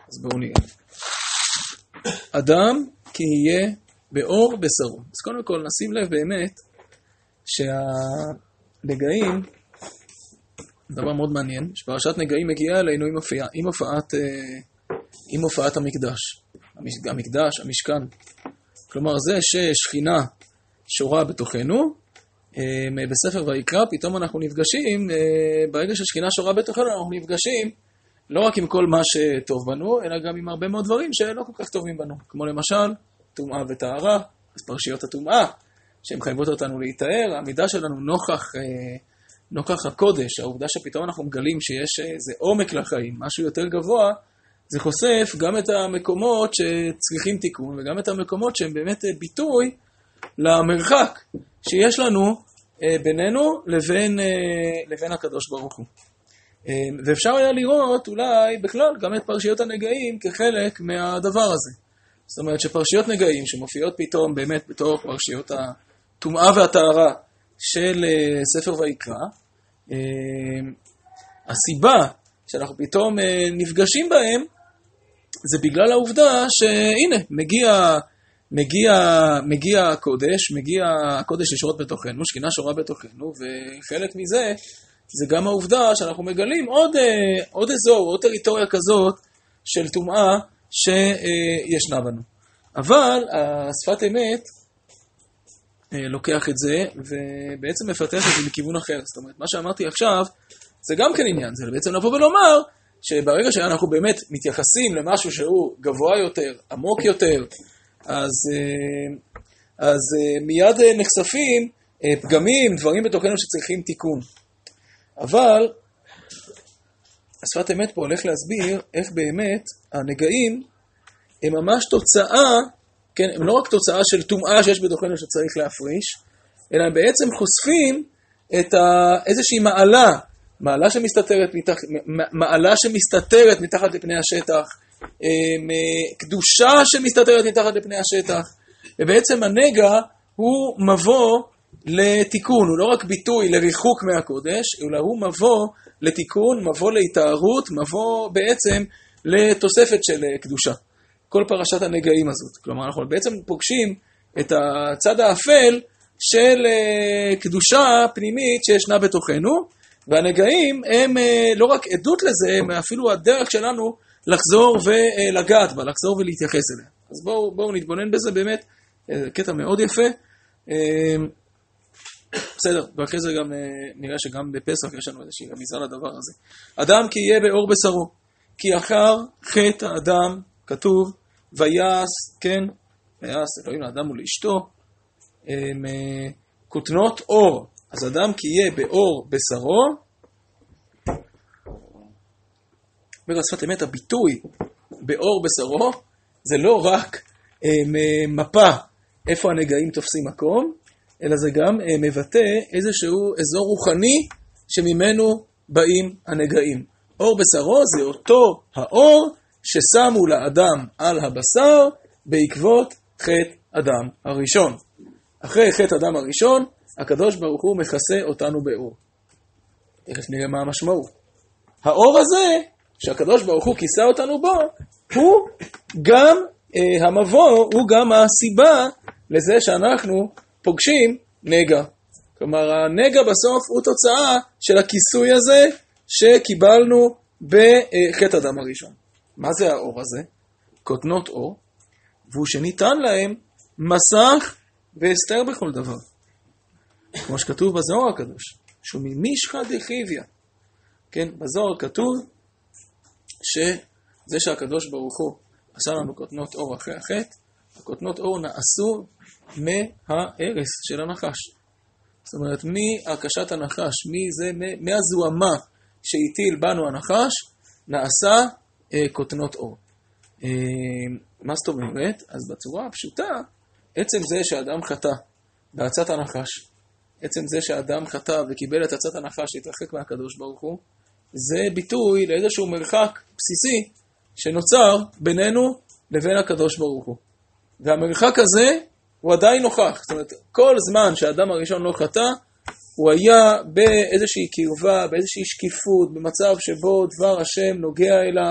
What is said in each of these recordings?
אז בואו נראה. אדם כי יהיה באור בשרו. אז קודם כל נשים לב באמת שהנגעים, דבר מאוד מעניין, שפרשת נגעים מגיעה אלינו עם הופעת המקדש. המקדש, המשכן. כלומר זה ששכינה שורה בתוכנו, בספר ויקרא פתאום אנחנו נפגשים, ברגע ששכינה שורה בתוכנו אנחנו נפגשים לא רק עם כל מה שטוב בנו, אלא גם עם הרבה מאוד דברים שלא כל כך טובים בנו. כמו למשל, טומאה וטהרה, אז פרשיות הטומאה, שהן חייבות אותנו להתאר, העמידה שלנו נוכח הקודש, העובדה שפתאום אנחנו מגלים שיש איזה עומק לחיים, משהו יותר גבוה, זה חושף גם את המקומות שצריכים תיקון, וגם את המקומות שהם באמת ביטוי למרחק שיש לנו בינינו לבין הקדוש ברוך הוא. ואפשר היה לראות אולי בכלל גם את פרשיות הנגעים כחלק מהדבר הזה. זאת אומרת שפרשיות נגעים שמופיעות פתאום באמת בתור פרשיות הטומאה והטהרה של ספר ויקרא, הסיבה שאנחנו פתאום נפגשים בהם זה בגלל העובדה שהנה מגיע הקודש לשורות בתוכנו, שכינה שורה בתוכנו, וחלק מזה זה גם העובדה שאנחנו מגלים עוד אזור, עוד טריטוריה כזאת של טומאה שישנה בנו. אבל השפת אמת לוקח את זה ובעצם מפתח את זה לכיוון אחר. זאת אומרת, מה שאמרתי עכשיו זה גם כן עניין, זה בעצם לבוא ולומר שברגע שאנחנו באמת מתייחסים למשהו שהוא גבוה יותר, עמוק יותר, אז מיד נחשפים פגמים, דברים בתוכנו שצריכים תיקון. אבל השפת אמת פה הולך להסביר איך באמת הנגעים הם ממש תוצאה, כן, הם לא רק תוצאה של טומאה שיש בתוכנו שצריך להפריש, אלא הם בעצם חושפים את איזושהי מעלה שמסתתרת מתחת לפני השטח, קדושה שמסתתרת מתחת לפני השטח, ובעצם הנגע הוא מבוא לתיקון, הוא לא רק ביטוי לריחוק מהקודש, אלא הוא מבוא לתיקון, מבוא להתארות, מבוא בעצם לתוספת של קדושה. כל פרשת הנגעים הזאת. כלומר, אנחנו בעצם פוגשים את הצד האפל של קדושה פנימית שישנה בתוכנו, והנגעים הם לא רק עדות לזה, הם אפילו הדרך שלנו לחזור ולגעת בה, לחזור ולהתייחס אליה. אז בואו נתבונן בזה באמת, קטע מאוד יפה. בסדר, ואחרי זה גם נראה שגם בפסח יש לנו איזושהי רמיזה לדבר הזה. אדם כי יהיה באור בשרו, כי אחר חטא האדם כתוב, ויעש, כן, ויעש אלוהים לאדם ולאשתו, כותנות אור. אז אדם כי יהיה באור בשרו, בשפת אמת הביטוי באור בשרו, זה לא רק מפה איפה הנגעים תופסים מקום, אלא זה גם מבטא איזשהו אזור רוחני שממנו באים הנגעים. אור בשרו זה אותו האור ששמו לאדם על הבשר בעקבות חטא אדם הראשון. אחרי חטא אדם הראשון, הקדוש ברוך הוא מכסה אותנו באור. תכף נראה מה המשמעות. האור הזה, שהקדוש ברוך הוא כיסה אותנו בו, הוא גם המבוא, הוא גם הסיבה לזה שאנחנו פוגשים נגע. כלומר, הנגע בסוף הוא תוצאה של הכיסוי הזה שקיבלנו בחטא אדם הראשון. מה זה האור הזה? כותנות אור, והוא שניתן להם מסך והסתר בכל דבר. כמו שכתוב בזוהר הקדוש, שהוא ממשחא דחיביא. כן, בזוהר כתוב שזה שהקדוש ברוך הוא עשה לנו כותנות אור אחרי החטא, הכותנות אור נעשו מההרס של הנחש. זאת אומרת, מהקשת הנחש, מהזוהמה שהטיל בנו הנחש, נעשה כותנות אור. מה זאת אומרת? אז בצורה הפשוטה, עצם זה שאדם חטא בעצת הנחש, עצם זה שאדם חטא וקיבל את עצת הנחש להתרחק מהקדוש ברוך הוא, זה ביטוי לאיזשהו מרחק בסיסי שנוצר בינינו לבין הקדוש ברוך הוא. והמרחק הזה הוא עדיין נוכח. זאת אומרת, כל זמן שהאדם הראשון לא חטא, הוא היה באיזושהי קרבה, באיזושהי שקיפות, במצב שבו דבר השם נוגע אליו,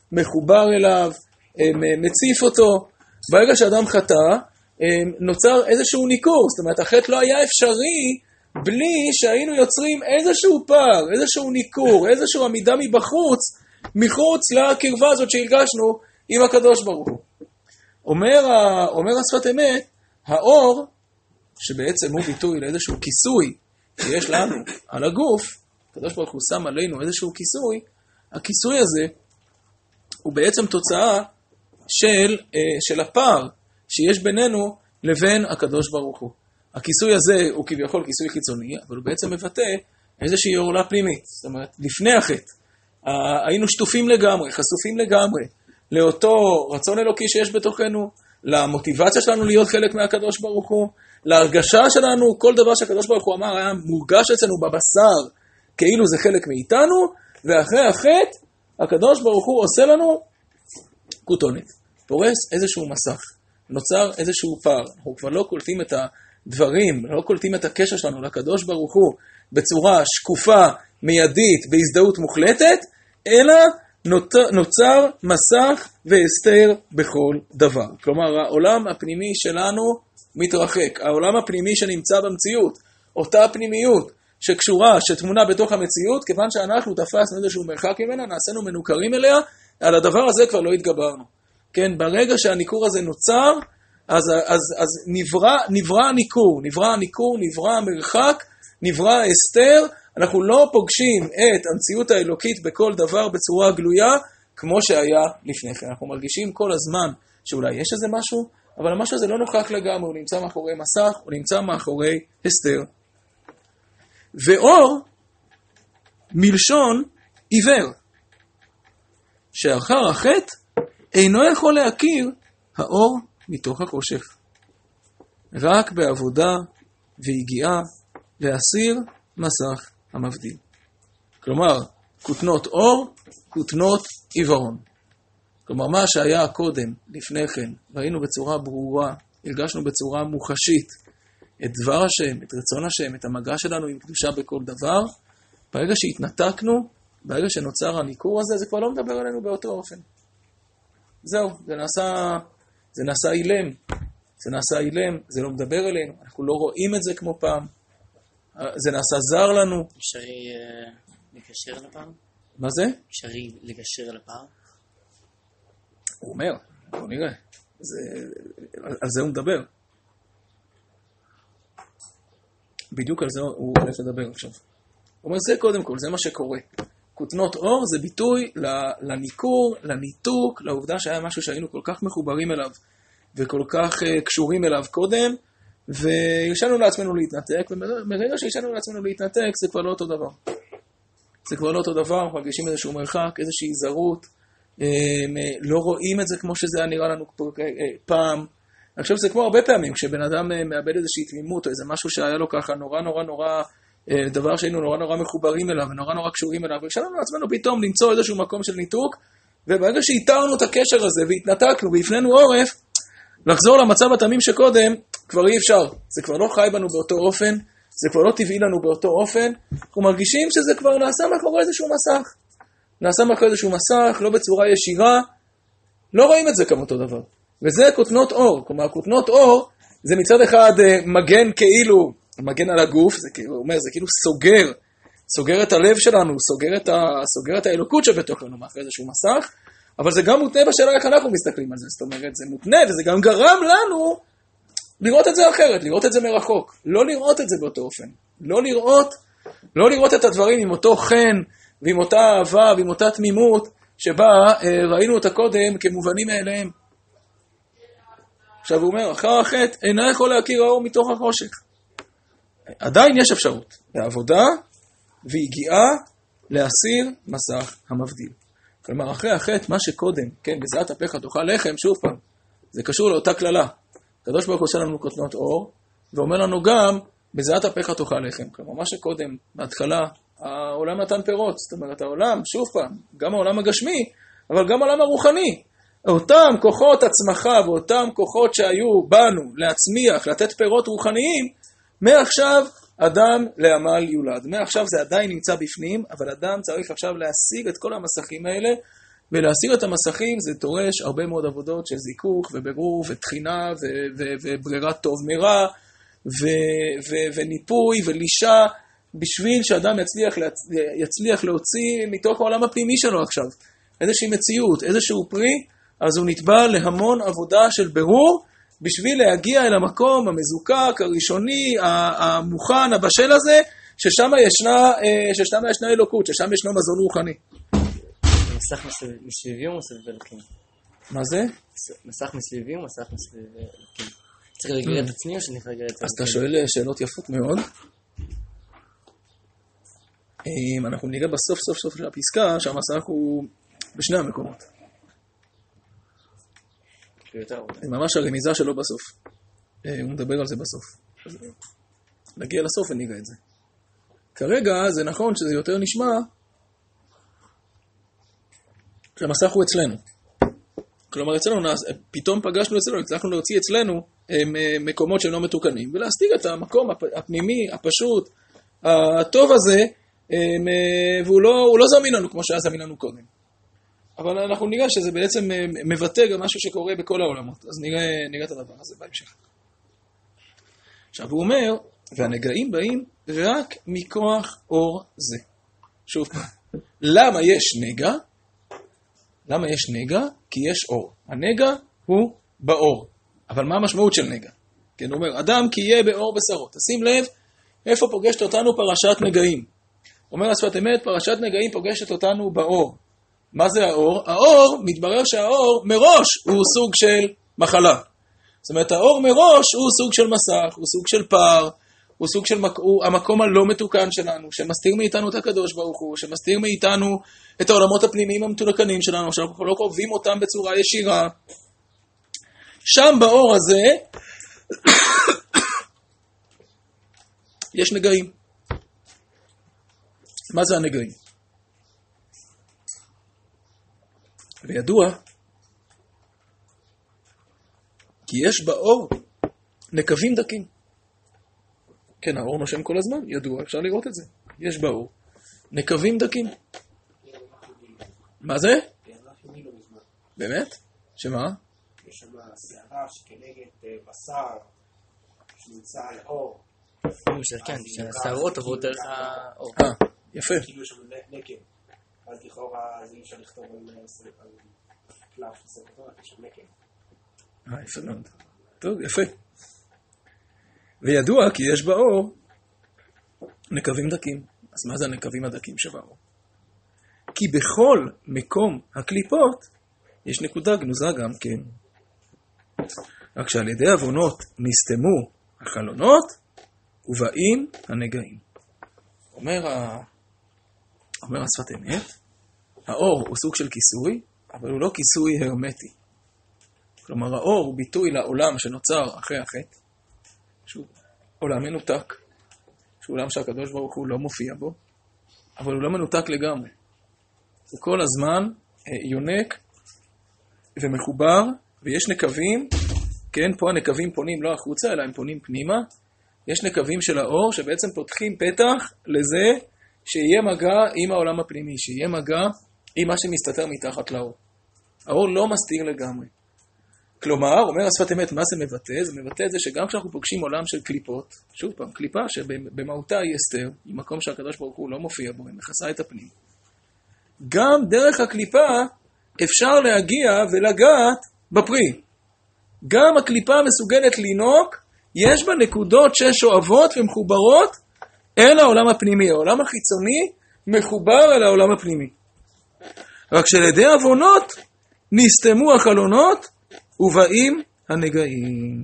מחובר אליו, מציף אותו. ברגע שאדם חטא, נוצר איזשהו ניכור, זאת אומרת, החטא לא היה אפשרי בלי שהיינו יוצרים איזשהו פער, איזשהו ניכור, איזשהו עמידה מבחוץ, מחוץ לקרבה הזאת שהרגשנו עם הקדוש ברוך הוא. אומר השפת אמת, האור, שבעצם הוא ביטוי לאיזשהו כיסוי שיש לנו על הגוף, הקדוש ברוך הוא שם עלינו איזשהו כיסוי, הכיסוי הזה הוא בעצם תוצאה של הפער שיש בינינו לבין הקדוש ברוך הוא. הכיסוי הזה הוא כביכול כיסוי חיצוני, אבל הוא בעצם מבטא איזושהי עורלה פנימית. זאת אומרת, לפני החטא, היינו שטופים לגמרי, חשופים לגמרי, לאותו רצון אלוקי שיש בתוכנו, למוטיבציה שלנו להיות חלק מהקדוש ברוך הוא, להרגשה שלנו, כל דבר שהקדוש ברוך הוא אמר היה מורגש אצלנו בבשר, כאילו זה חלק מאיתנו, ואחרי החטא, הקדוש ברוך הוא עושה לנו כותונת, פורס איזשהו מסך, נוצר איזשהו פער, אנחנו כבר לא קולטים את הדברים, לא קולטים את הקשר שלנו לקדוש ברוך הוא בצורה שקופה, מיידית, בהזדהות מוחלטת, אלא נוצר מסך והסתר בכל דבר. כלומר, העולם הפנימי שלנו מתרחק, העולם הפנימי שנמצא במציאות, אותה פנימיות שקשורה, שתמונה בתוך המציאות, כיוון שאנחנו תפסנו איזשהו מרחק ממנה, נעשינו מנוכרים אליה, על הדבר הזה כבר לא התגברנו. כן, ברגע שהניקור הזה נוצר, אז נברא הניקור, נברא המרחק, נברא ההסתר, אנחנו לא פוגשים את המציאות האלוקית בכל דבר בצורה גלויה, כמו שהיה לפני כן. אנחנו מרגישים כל הזמן שאולי יש איזה משהו, אבל המשהו הזה לא נוכח לגמרי, הוא נמצא מאחורי מסך, הוא נמצא מאחורי הסתר. ואור, מלשון עיוור, שאחר החטא אינו יכול להכיר האור מתוך החושך. רק בעבודה והגיעה להסיר מסך המבדיל. כלומר, כותנות אור, כותנות עיוורון. כלומר, מה שהיה קודם, לפני כן, ראינו בצורה ברורה, הרגשנו בצורה מוחשית את דבר השם, את רצון השם, את המגע שלנו עם קדושה בכל דבר, ברגע שהתנתקנו, ברגע שנוצר הניקור הזה, זה כבר לא מדבר עלינו באותו אופן. זהו, זה נעשה אילם, זה לא מדבר אלינו, אנחנו לא רואים את זה כמו פעם, זה נעשה זר לנו. אפשרי לגשר לפעם? מה זה? אפשרי לגשר לפעם? הוא אומר, בוא נראה, על זה הוא מדבר. בדיוק על זה הוא הולך לדבר עכשיו. הוא אומר, זה קודם כל, זה מה שקורה. כותנות אור זה ביטוי לניקור, לניתוק, לעובדה שהיה משהו שהיינו כל כך מחוברים אליו, וכל כך קשורים אליו קודם, והרשנו לעצמנו להתנתק, ומרגע שהרשנו לעצמנו להתנתק, זה כבר לא אותו דבר. זה כבר לא אותו דבר, אנחנו מרגישים איזשהו מרחק, איזושהי זרות, לא רואים את זה כמו שזה היה נראה לנו פעם. אני חושב שזה כמו הרבה פעמים, כשבן אדם מאבד איזושהי תמימות, או איזה משהו שהיה לו ככה נורא, דבר שהיינו נורא מחוברים אליו, ונורא קשורים אליו, והרשנו לעצמנו פתאום למצוא איזשהו מקום של ניתוק, וברגע שאיתרנו את הקשר הזה, והתנתקנו, והפנינו עורף, לחזור למצב התמים שקודם, כבר אי אפשר. זה כבר לא חי בנו באותו אופן, זה כבר לא טבעי לנו באותו אופן, אנחנו מרגישים שזה כבר נעשה מאחורי איזשהו מסך, לא בצורה ישירה, לא רואים את זה כמו אותו דבר. וזה כותנות אור, כלומר, כותנות אור, זה מצד אחד מגן כאילו, מגן על הגוף, זה כאילו, אומר, זה כאילו סוגר את הלב שלנו, סוגר את האלוקות שבתוכנו מאחורי איזשהו מסך, אבל זה גם מותנה בשאלה איך אנחנו מסתכלים על זה, זאת אומרת, זה מותנה, וזה גם גרם לנו לראות את זה אחרת, לראות את זה מרחוק, לא לראות את זה באותו אופן, לא לראות את הדברים עם אותו חן, ועם אותה אהבה, ועם אותה תמימות, שבה ראינו אותה קודם כמובנים מאליהם. עכשיו הוא אומר, אחר החטא אינה יכול להכיר האור מתוך החושך. עדיין יש אפשרות, לעבודה והגיעה להסיר מסך המבדיל. כלומר, אחרי החטא, מה שקודם, כן, בזיעת אפיך תאכל לחם, שוב פעם, זה קשור לאותה כללה. הקדוש ברוך הוא עושה לנו כותנות אור, ואומר לנו גם, בזיעת אפיך תאכל לחם. כלומר, מה שקודם, בהתחלה, העולם נתן פירות. זאת אומרת, העולם, שוב פעם, גם העולם הגשמי, אבל גם העולם הרוחני. אותם כוחות הצמחה, ואותם כוחות שהיו בנו להצמיח, לתת פירות רוחניים, מעכשיו אדם לעמל יולד. מעכשיו זה עדיין נמצא בפנים, אבל אדם צריך עכשיו להשיג את כל המסכים האלה, ולהסיר את המסכים זה דורש הרבה מאוד עבודות של זיכוך ובירור ותחינה וברירת טוב מרע וניפוי ולישה, בשביל שאדם יצליח להוציא מתוך העולם הפנימי שלו עכשיו איזושהי מציאות, איזשהו פרי, אז הוא נתבע להמון עבודה של בירור, בשביל להגיע אל המקום המזוקק, הראשוני, המוכן, הבשל הזה, ששם ישנה אלוקות, ששם ישנו מזון רוחני. מסך מסביבי או מסביב אלוקים? מה זה? מסך מסביבי או מסך מסביב אלוקים? צריך לגרר את עצמי או שאני צריך לגרר את אלוקים? אז אתה שואל שאלות יפות מאוד. אנחנו נראה בסוף של הפסקה שהמסך הוא בשני המקומות. זה ממש הרמיזה שלו בסוף. הוא מדבר על זה בסוף. נגיע לסוף ונראה את זה. כרגע זה נכון שזה יותר נשמע שהמסך הוא אצלנו. כלומר אצלנו, פתאום פגשנו אצלנו, הצלחנו להוציא אצלנו מקומות שהם לא מתוקנים, ולהסתיר את המקום הפנימי, הפשוט, הטוב הזה, והוא לא זמין לנו כמו שהיה זמין לנו קודם. אבל אנחנו נראה שזה בעצם מבטא גם משהו שקורה בכל העולמות. אז נראה את הדבר הזה בהמשך. עכשיו הוא אומר, והנגעים באים רק מכוח אור זה. שוב, למה יש נגע? למה יש נגע? כי יש אור. הנגע הוא באור. אבל מה המשמעות של נגע? כן, הוא אומר, אדם כי יהיה באור בשרו. תשים לב, איפה פוגשת אותנו פרשת נגעים? אומר השפת אמת, פרשת נגעים פוגשת אותנו באור. מה זה האור? האור, מתברר שהאור מראש הוא סוג של מחלה. זאת אומרת, האור מראש הוא סוג של מסך, הוא סוג של פער, הוא סוג של המקום הלא מתוקן שלנו, שמסתיר מאיתנו את הקדוש ברוך הוא, שמסתיר מאיתנו את העולמות הפנימיים המתוקנים שלנו, שאנחנו לא קובעים אותם בצורה ישירה. שם באור הזה יש נגעים. מה זה הנגעים? וידוע כי יש באור נקבים דקים. כן, האור נושם כל הזמן, ידוע, אפשר לראות את זה. יש באור נקבים דקים. מה זה? באמת? שמה? יש שם שערה שכנגד בשר שנמצא על אור. כן, שהשערות עברו דרך האור. יפה. כאילו יש שם נקב. אז לכאורה זה אי אפשר לכתוב על קלף סרטון, יש שם נקב. יפה מאוד. טוב, יפה. וידוע כי יש באור נקבים דקים. אז מה זה הנקבים הדקים שבאור? כי בכל מקום הקליפות יש נקודה גנוזה גם כן. רק שעל ידי עוונות נסתמו החלונות ובאים הנגעים. אומר השפת אמת, האור הוא סוג של כיסוי, אבל הוא לא כיסוי הרמטי. כלומר, האור הוא ביטוי לעולם שנוצר אחרי החטא, שהוא עולם מנותק, שהוא עולם שהקדוש ברוך הוא לא מופיע בו, אבל הוא לא מנותק לגמרי. הוא כל הזמן יונק ומחובר, ויש נקבים, כן, פה הנקבים פונים לא החוצה, אלא הם פונים פנימה. יש נקבים של האור שבעצם פותחים פתח לזה שיהיה מגע עם העולם הפנימי, שיהיה מגע עם מה שמסתתר מתחת לאור. האור לא מסתיר לגמרי. כלומר, אומר השפת אמת, מה זה מבטא? זה מבטא את זה שגם כשאנחנו פוגשים עולם של קליפות, שוב פעם, קליפה שבמהותה היא אסתר, היא מקום שהקדוש ברוך הוא לא מופיע בו, היא מכסה את הפנים. גם דרך הקליפה אפשר להגיע ולגעת בפרי. גם הקליפה מסוגלת לינוק, יש בה נקודות ששואבות ומחוברות אל העולם הפנימי. העולם החיצוני מחובר אל העולם הפנימי. רק שלידי עוונות נסתמו החלונות ובאים הנגעים.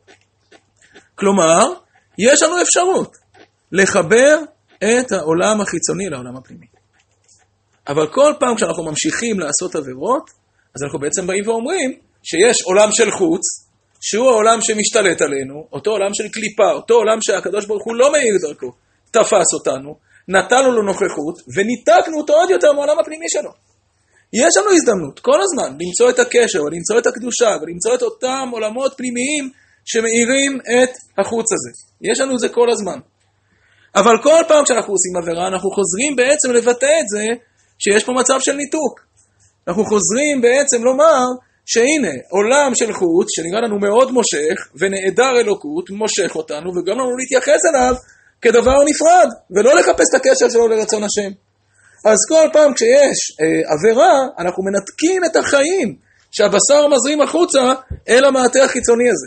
כלומר, יש לנו אפשרות לחבר את העולם החיצוני לעולם הפנימי. אבל כל פעם כשאנחנו ממשיכים לעשות עבירות, אז אנחנו בעצם באים ואומרים שיש עולם של חוץ, שהוא העולם שמשתלט עלינו, אותו עולם של קליפה, אותו עולם שהקדוש ברוך הוא לא מאיר דרכו, תפס אותנו, נתנו לו נוכחות, וניתקנו אותו עוד יותר מהעולם הפנימי שלו. יש לנו הזדמנות כל הזמן למצוא את הקשר, ולמצוא את הקדושה, ולמצוא את אותם עולמות פנימיים שמאירים את החוץ הזה. יש לנו זה כל הזמן. אבל כל פעם כשאנחנו עושים עבירה, אנחנו חוזרים בעצם לבטא את זה שיש פה מצב של ניתוק. אנחנו חוזרים בעצם לומר שהנה, עולם של חוץ, שנראה לנו מאוד מושך, ונעדר אלוקות, מושך אותנו, וגם לנו להתייחס אליו כדבר נפרד, ולא לחפש את הקשר שלו לרצון השם. אז כל פעם כשיש עבירה, אנחנו מנתקים את החיים, שהבשר מזרים החוצה אל המעטה החיצוני הזה.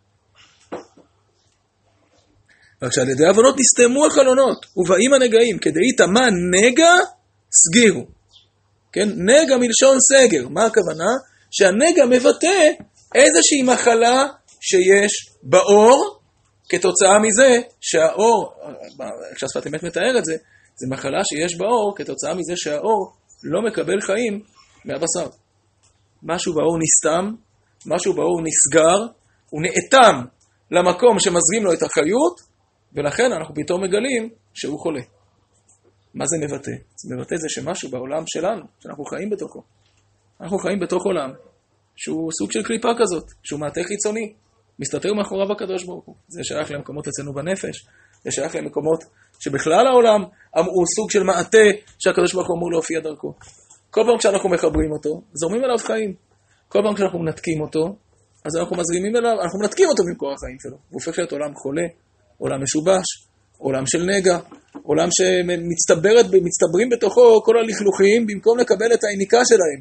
רק שעל ידי עוונות נסתמו החלונות, ובאים הנגעים, כדאי תמה נגע סגירו. כן? נגע מלשון סגר. מה הכוונה? שהנגע מבטא איזושהי מחלה שיש באור, כתוצאה מזה שהאור, כשהשפת אמת מתאר את זה, זה מחלה שיש באור כתוצאה מזה שהאור לא מקבל חיים מהבשר. משהו באור נסתם, משהו באור נסגר, הוא נאטם למקום שמזרים לו את החיות, ולכן אנחנו פתאום מגלים שהוא חולה. מה זה מבטא? זה מבטא זה שמשהו בעולם שלנו, שאנחנו חיים בתוכו. אנחנו חיים בתוך עולם, שהוא סוג של קליפה כזאת, שהוא מעטה חיצוני, מסתתר מאחוריו הקדוש ברוך הוא. זה שייך למקומות אצלנו בנפש, זה שייך למקומות שבכלל העולם הוא סוג של מעטה שהקדוש ברוך הוא אמור להופיע דרכו. כל פעם כשאנחנו מחברים אותו, זורמים אליו חיים. כל פעם כשאנחנו מנתקים אותו, אז אנחנו מזרימים אליו, אנחנו מנתקים אותו ממקור החיים שלו. הוא הופך להיות עולם חולה, עולם משובש, עולם של נגע, עולם שמצטברים בתוכו כל הלכלוכים, במקום לקבל את העיניקה שלהם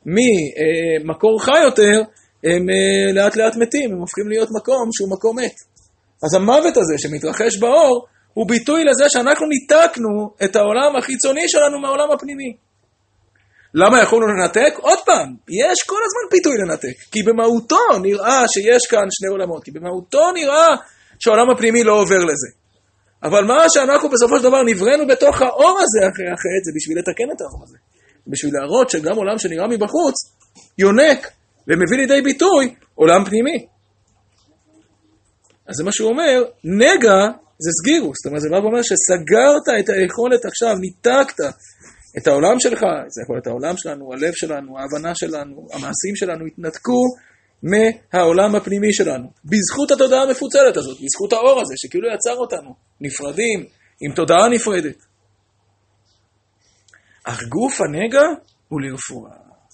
ממקור חי יותר, הם לאט לאט מתים, הם הופכים להיות מקום שהוא מקום מת. אז המוות הזה שמתרחש באור, הוא ביטוי לזה שאנחנו ניתקנו את העולם החיצוני שלנו מהעולם הפנימי. למה יכולנו לנתק? עוד פעם, יש כל הזמן פיתוי לנתק, כי במהותו נראה שיש כאן שני עולמות, כי במהותו נראה שהעולם הפנימי לא עובר לזה. אבל מה שאנחנו בסופו של דבר נבראנו בתוך האור הזה אחרי החטא, זה בשביל לתקן את האור הזה. בשביל להראות שגם עולם שנראה מבחוץ, יונק ומביא לידי ביטוי עולם פנימי. אז זה מה שהוא אומר, נגע זה סגירוס. זאת אומרת, זה בא ואומר שסגרת את היכולת עכשיו, ניתקת את העולם שלך, זה יכול להיות העולם שלנו, הלב שלנו, ההבנה שלנו, המעשים שלנו, התנתקו מהעולם הפנימי שלנו. בזכות התודעה המפוצלת הזאת, בזכות האור הזה, שכאילו יצר אותנו, נפרדים, עם תודעה נפרדת. אך גוף הנגע הוא לרפואה.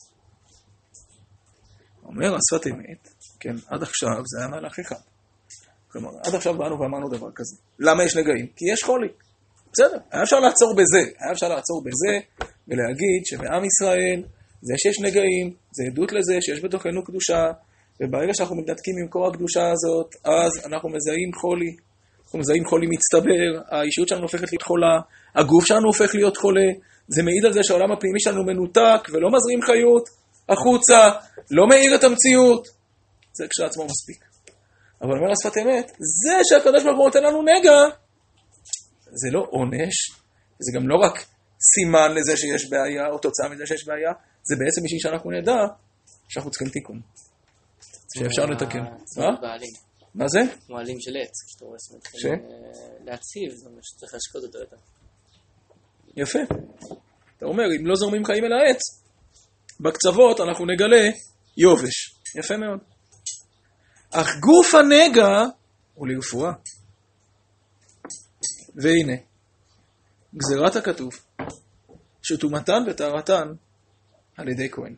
אומר השפת אמת, כן, עד עכשיו זה היה מהלך אחד. כלומר, עד עכשיו באנו ואמרנו דבר כזה. למה יש נגעים? כי יש חולי. בסדר, היה אפשר לעצור בזה. היה אפשר לעצור בזה ולהגיד שבעם ישראל זה שיש נגעים, זה עדות לזה שיש בתוכנו קדושה, וברגע שאנחנו מתנתקים ממקור הקדושה הזאת, אז אנחנו מזהים חולי. אנחנו מזהים חולי מצטבר, האישיות שלנו הופכת להיות חולה, הגוף שלנו הופך להיות חולה. זה מעיד על זה שהעולם הפנימי שלנו מנותק ולא מזרים חיות החוצה, לא מאיר את המציאות. זה כשלעצמו מספיק. אבל אומר השפת אמת, זה שהקדוש ברוך הוא נותן לנו נגע, זה לא עונש, זה גם לא רק סימן לזה שיש בעיה, או תוצאה מזה שיש בעיה, זה בעצם בשביל שאנחנו נדע שאנחנו צריכים תיקון. שאפשר לתקן. מה זה? מועלים של עץ, כשאתה רואה שמתחילים להציב, זה אומר שצריך להשקות אותו יותר. יפה. אתה אומר, אם לא זורמים חיים אל העץ, בקצוות אנחנו נגלה יובש. יפה מאוד. אך גוף הנגע הוא לרפואה. והנה, גזירת הכתוב, שטומאתן וטהרתן על ידי כהן.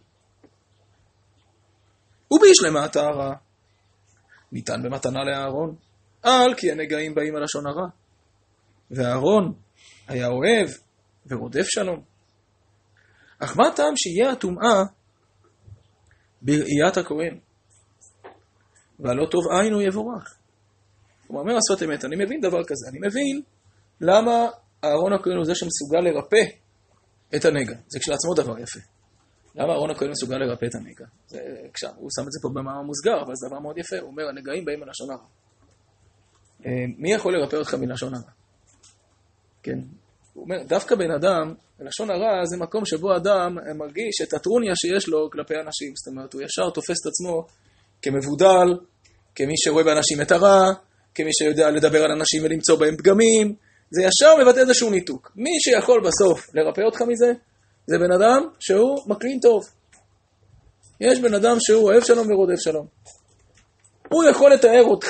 ובישלמה הטהרה ניתן במתנה לאהרון, על כי הנגעים באים על לשון הרע. ואהרון היה אוהב ורודף שלום. אך מה טעם שיהיה הטומאה בראיית הכהן? והלא טוב עין הוא יבורך. הוא אומר השפת אמת, אני מבין דבר כזה, אני מבין למה אהרון הכהן הוא זה שמסוגל לרפא את הנגע. זה כשלעצמו דבר יפה. למה אהרון הכהן מסוגל לרפא את הנגע? הוא שם את זה פה במאמר מוסגר, אבל זה דבר מאוד יפה. הוא אומר, הנגעים באים מלשון הרע. מי יכול לרפא אותך מלשון הרע? כן. הוא אומר, דווקא בן אדם, לשון הרע זה מקום שבו אדם מרגיש את הטרוניה שיש לו כלפי אנשים. זאת אומרת, הוא ישר תופס את עצמו כמבודל, כמי שרואה באנשים את הרע, כמי שיודע לדבר על אנשים ולמצוא בהם פגמים. זה ישר מבטא איזשהו ניתוק. מי שיכול בסוף לרפא אותך מזה, זה בן אדם שהוא מקרין טוב. יש בן אדם שהוא אוהב שלום ורודף שלום. הוא יכול לתאר אותך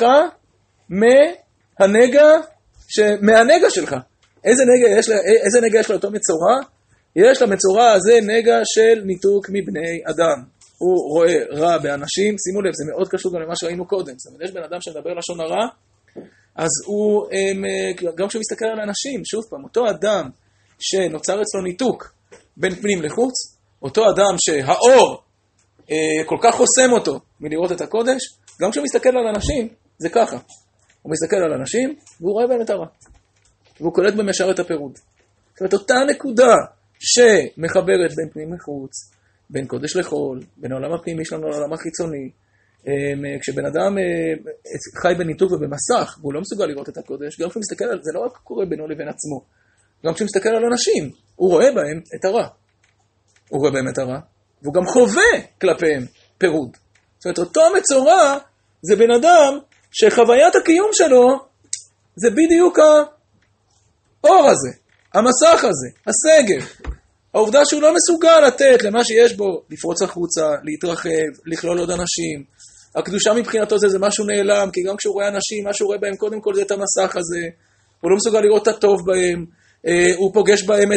מהנגע שלך. איזה נגע יש לאותו מצורע? יש למצורע הזה נגע של ניתוק מבני אדם. הוא רואה רע באנשים, שימו לב, זה מאוד קשור גם למה שראינו קודם. זאת אומרת, יש בן אדם שמדבר לשון הרע, אז הוא, גם כשהוא מסתכל על אנשים, שוב פעם, אותו אדם שנוצר אצלו ניתוק בין פנים לחוץ, אותו אדם שהאור כל כך חוסם אותו מלראות את הקודש, גם כשהוא מסתכל על אנשים, זה ככה. הוא מסתכל על אנשים, והוא רואה בהם את הרע. והוא קולט במשאר את הפירוד. זאת אומרת, אותה נקודה שמחברת בין פנים לחוץ, בין קודש לחול, בין העולם הפנימי שלנו לעולם החיצוני, כשבן אדם חי בניתוק ובמסך, והוא לא מסוגל לראות את הקודש, גם כשהוא מסתכל על זה, לא רק קורה בינו לבין עצמו, גם כשהוא מסתכל על אנשים, הוא רואה בהם את הרע. הוא רואה בהם את הרע, והוא גם חווה כלפיהם פירוד. זאת אומרת, אותו מצורע זה בן אדם שחוויית הקיום שלו זה בדיוק האור הזה, המסך הזה, הסגר. העובדה שהוא לא מסוגל לתת למה שיש בו, לפרוץ החוצה, להתרחב, לכלול עוד אנשים. הקדושה מבחינתו זה משהו נעלם, כי גם כשהוא רואה אנשים, מה שהוא רואה בהם קודם כל זה את המסך הזה. הוא לא מסוגל לראות את הטוב בהם, הוא פוגש בהם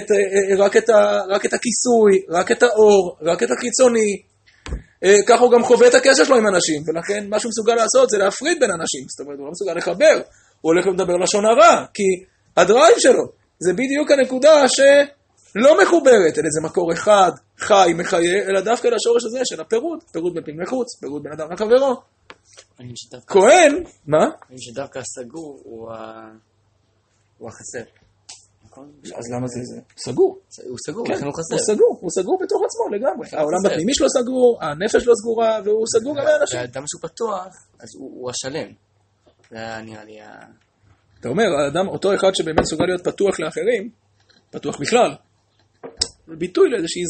רק את הכיסוי, רק את האור, רק את החיצוני. ככה הוא גם חווה את הקשר שלו עם אנשים, ולכן מה שהוא מסוגל לעשות זה להפריד בין אנשים. זאת אומרת, הוא לא מסוגל לחבר, הוא הולך לדבר לשון הרע, כי הדרייב שלו זה בדיוק הנקודה לא מחוברת אל איזה מקור אחד, חי, מחיה, אלא דווקא לשורש הזה של הפירוד, פירוד בין פנים לחוץ, פירוד בין אדם לחברו. כהן, מה? אני שדווקא הסגור הוא החסר. אז למה זה? סגור. הוא סגור, כן, לכן הוא חסר. הוא סגור בתוך עצמו לגמרי. העולם הפנימי שלו סגור, הנפש לא סגורה, והוא סגור גם לאנשים. והאדם שהוא פתוח, אז הוא השלם. זה היה נראה לי אתה אומר, האדם, אותו אחד שבאמת סוגל להיות פתוח לאחרים, פתוח בכלל, ביטוי לאיזושהי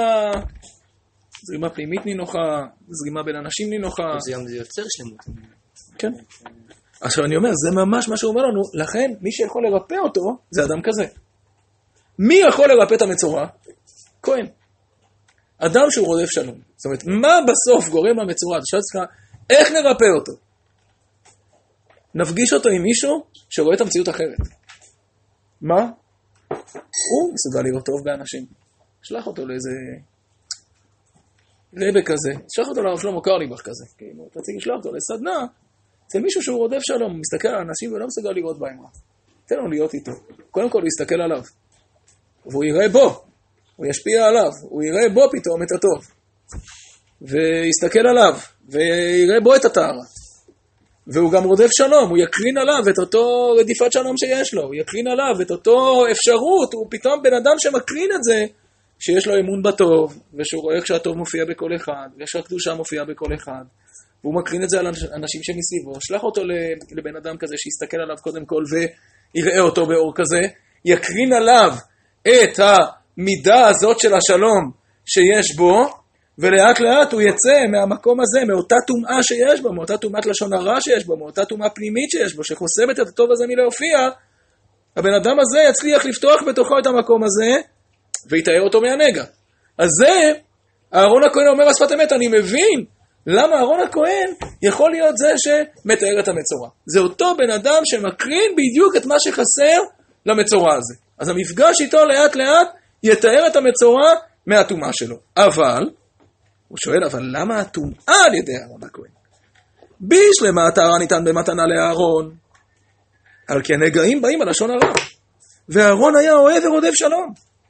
זרימה פנימית נינוחה, זרימה בין אנשים נינוחה. זה יוצר שלמות. כן. עכשיו אני אומר, זה ממש מה שהוא אומר לנו, לכן מי שיכול לרפא אותו, זה אדם כזה. מי יכול לרפא את המצורע? כהן. אדם שהוא רודף שלום. זאת אומרת, מה בסוף גורם למצורע? אתה שואל לך, איך נרפא אותו? נפגיש אותו עם מישהו שרואה את המציאות אחרת. מה? הוא מסוגל לראות טוב באנשים. שלח אותו לאיזה רבא כזה, שלח אותו לרב שלמה קרליבך כזה, כאילו, תציג לשלח אותו לסדנה, אצל מישהו שהוא רודף שלום, הוא מסתכל על אנשים ולא מסוגל לראות בהם רע. תן לו להיות איתו. קודם כל הוא יסתכל עליו, והוא יראה בו, הוא ישפיע עליו, הוא יראה בו פתאום את הטוב, ויסתכל עליו, ויראה בו את הטהרה. והוא גם רודף שלום, הוא יקרין עליו את אותו רדיפת שלום שיש לו, הוא יקרין עליו את אותו אפשרות, הוא פתאום בן אדם שמקרין את זה, שיש לו אמון בטוב, ושהוא רואה כשהטוב מופיע בכל אחד, וכשהקדושה מופיעה בכל אחד, והוא מקרין את זה על אנשים שמסביבו, שלח אותו לבן אדם כזה שיסתכל עליו קודם כל, ויראה אותו באור כזה, יקרין עליו את המידה הזאת של השלום שיש בו, ולאט לאט הוא יצא מהמקום הזה, מאותה טומאה שיש בו, מאותה טומאת לשון הרע שיש בו, מאותה טומאה פנימית שיש בו, שחוסמת את הטוב הזה מלהופיע, הבן אדם הזה יצליח לפתוח בתוכו את המקום הזה, ויתאר אותו מהנגע. אז זה, אהרון הכהן אומר השפת אמת, אני מבין למה אהרון הכהן יכול להיות זה שמתאר את המצורע. זה אותו בן אדם שמקרין בדיוק את מה שחסר למצורע הזה. אז המפגש איתו לאט לאט יתאר את המצורע מהטומאה שלו. אבל, הוא שואל, אבל למה הטומאה על ידי אהרון הכהן? בשלמה הטהרה ניתן במתנה לאהרון, על כי הנגעים באים על לשון הרע. ואהרון היה אוהב ורודף שלום.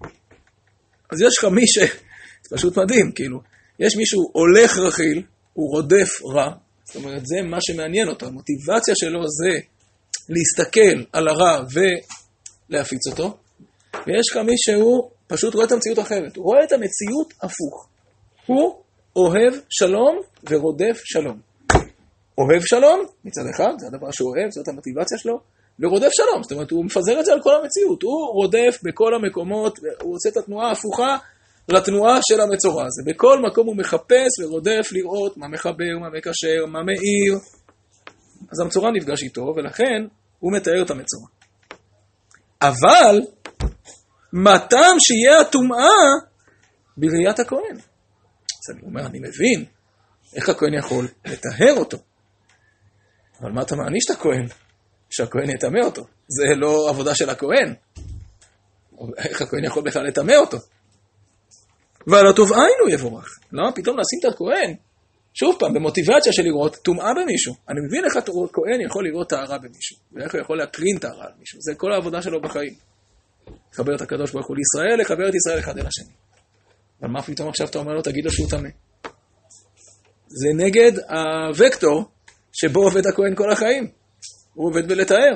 אז יש לך מי זה פשוט מדהים, כאילו, יש מישהו הולך רכיל, הוא רודף רע, זאת אומרת, זה מה שמעניין אותו, המוטיבציה שלו זה להסתכל על הרע ולהפיץ אותו, ויש לך מי שהוא פשוט רואה את המציאות אחרת, הוא רואה את המציאות הפוך, הוא אוהב שלום ורודף שלום. אוהב שלום, מצד אחד, זה הדבר שהוא אוהב, זאת המוטיבציה שלו, ורודף שלום, זאת אומרת, הוא מפזר את זה על כל המציאות, הוא רודף בכל המקומות, הוא עושה את התנועה ההפוכה לתנועה של המצורע הזה. בכל מקום הוא מחפש ורודף לראות מה מחבר, מה מקשר, מה מאיר. אז המצורע נפגש איתו, ולכן הוא מתאר את המצורע. אבל, מתם שיהיה הטומאה בראיית הכהן. אז אני אומר, אני מבין איך הכהן יכול לטהר אותו. אבל מה אתה מעניש את הכהן? שהכהן יטמא אותו. זה לא עבודה של הכהן. איך הכהן יכול בכלל לטמא אותו? ועל התובעין הוא יבורך. למה פתאום לשים את הכהן? שוב פעם, במוטיבציה של לראות טומאה במישהו. אני מבין איך כהן יכול לראות טהרה במישהו, ואיך הוא יכול להקרין טהרה במישהו. זה כל העבודה שלו בחיים. לחבר את הקדוש ברוך הוא לישראל, לחבר את ישראל אחד אל השני. אבל מה פתאום עכשיו אתה אומר לו, תגיד לו שהוא טמא? זה נגד הוקטור שבו עובד הכהן כל החיים. הוא עובד בלתאר.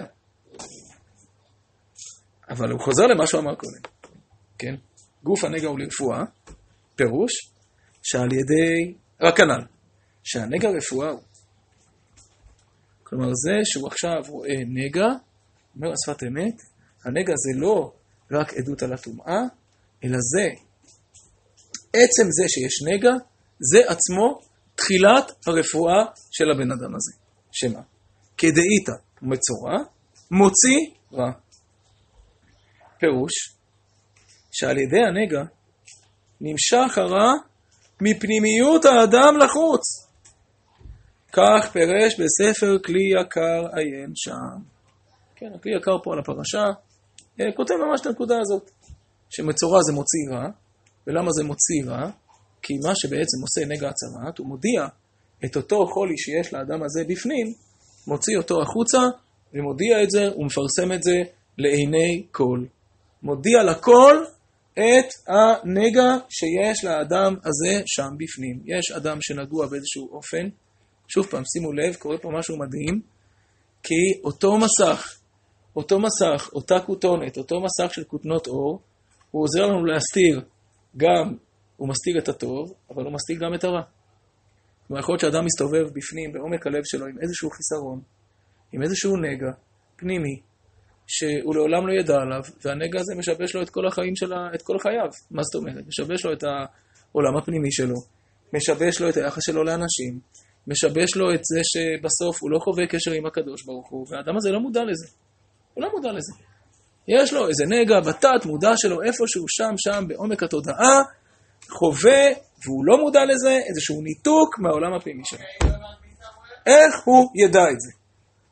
אבל הוא חוזר למה שהוא אמר קודם. כן? גוף הנגע הוא לרפואה, פירוש, שעל ידי, רק כנ"ל, שהנגע רפואה הוא. כלומר זה שהוא עכשיו רואה נגע, אומר השפת אמת, הנגע זה לא רק עדות על הטומאה, אלא זה, עצם זה שיש נגע, זה עצמו תחילת הרפואה של הבן אדם הזה. שמה? כדאיתא מצורע, מוציא רע. פירוש, שעל ידי הנגע נמשך הרע מפנימיות האדם לחוץ. כך פירש בספר כלי יקר עיין שם. כן, הכלי יקר פה על הפרשה, כותב ממש את הנקודה הזאת, שמצורע זה מוציא רע, ולמה זה מוציא רע? כי מה שבעצם עושה נגע הצרת, הוא מודיע את אותו חולי שיש לאדם הזה בפנים, מוציא אותו החוצה, ומודיע את זה, ומפרסם את זה לעיני כל. מודיע לכל את הנגע שיש לאדם הזה שם בפנים. יש אדם שנגוע באיזשהו אופן, שוב פעם, שימו לב, קורה פה משהו מדהים, כי אותו מסך, אותה כותונת, אותו מסך של כותנות אור, הוא עוזר לנו להסתיר גם, הוא מסתיר את הטוב, אבל הוא מסתיר גם את הרע. כלומר, יכול להיות שאדם מסתובב בפנים, בעומק הלב שלו, עם איזשהו חיסרון, עם איזשהו נגע פנימי, שהוא לעולם לא ידע עליו, והנגע הזה משבש לו את כל החיים את כל חייו. מה זאת אומרת? משבש לו את העולם הפנימי שלו, משבש לו את היחס שלו לאנשים, משבש לו את זה שבסוף הוא לא חווה קשר עם הקדוש ברוך הוא, והאדם הזה לא מודע לזה. הוא לא מודע לזה. יש לו איזה נגע בתת מודע שלו, איפשהו שם בעומק התודעה, חווה, והוא לא מודע לזה, איזשהו ניתוק מהעולם הפנימי שלו. איך הוא ידע את זה?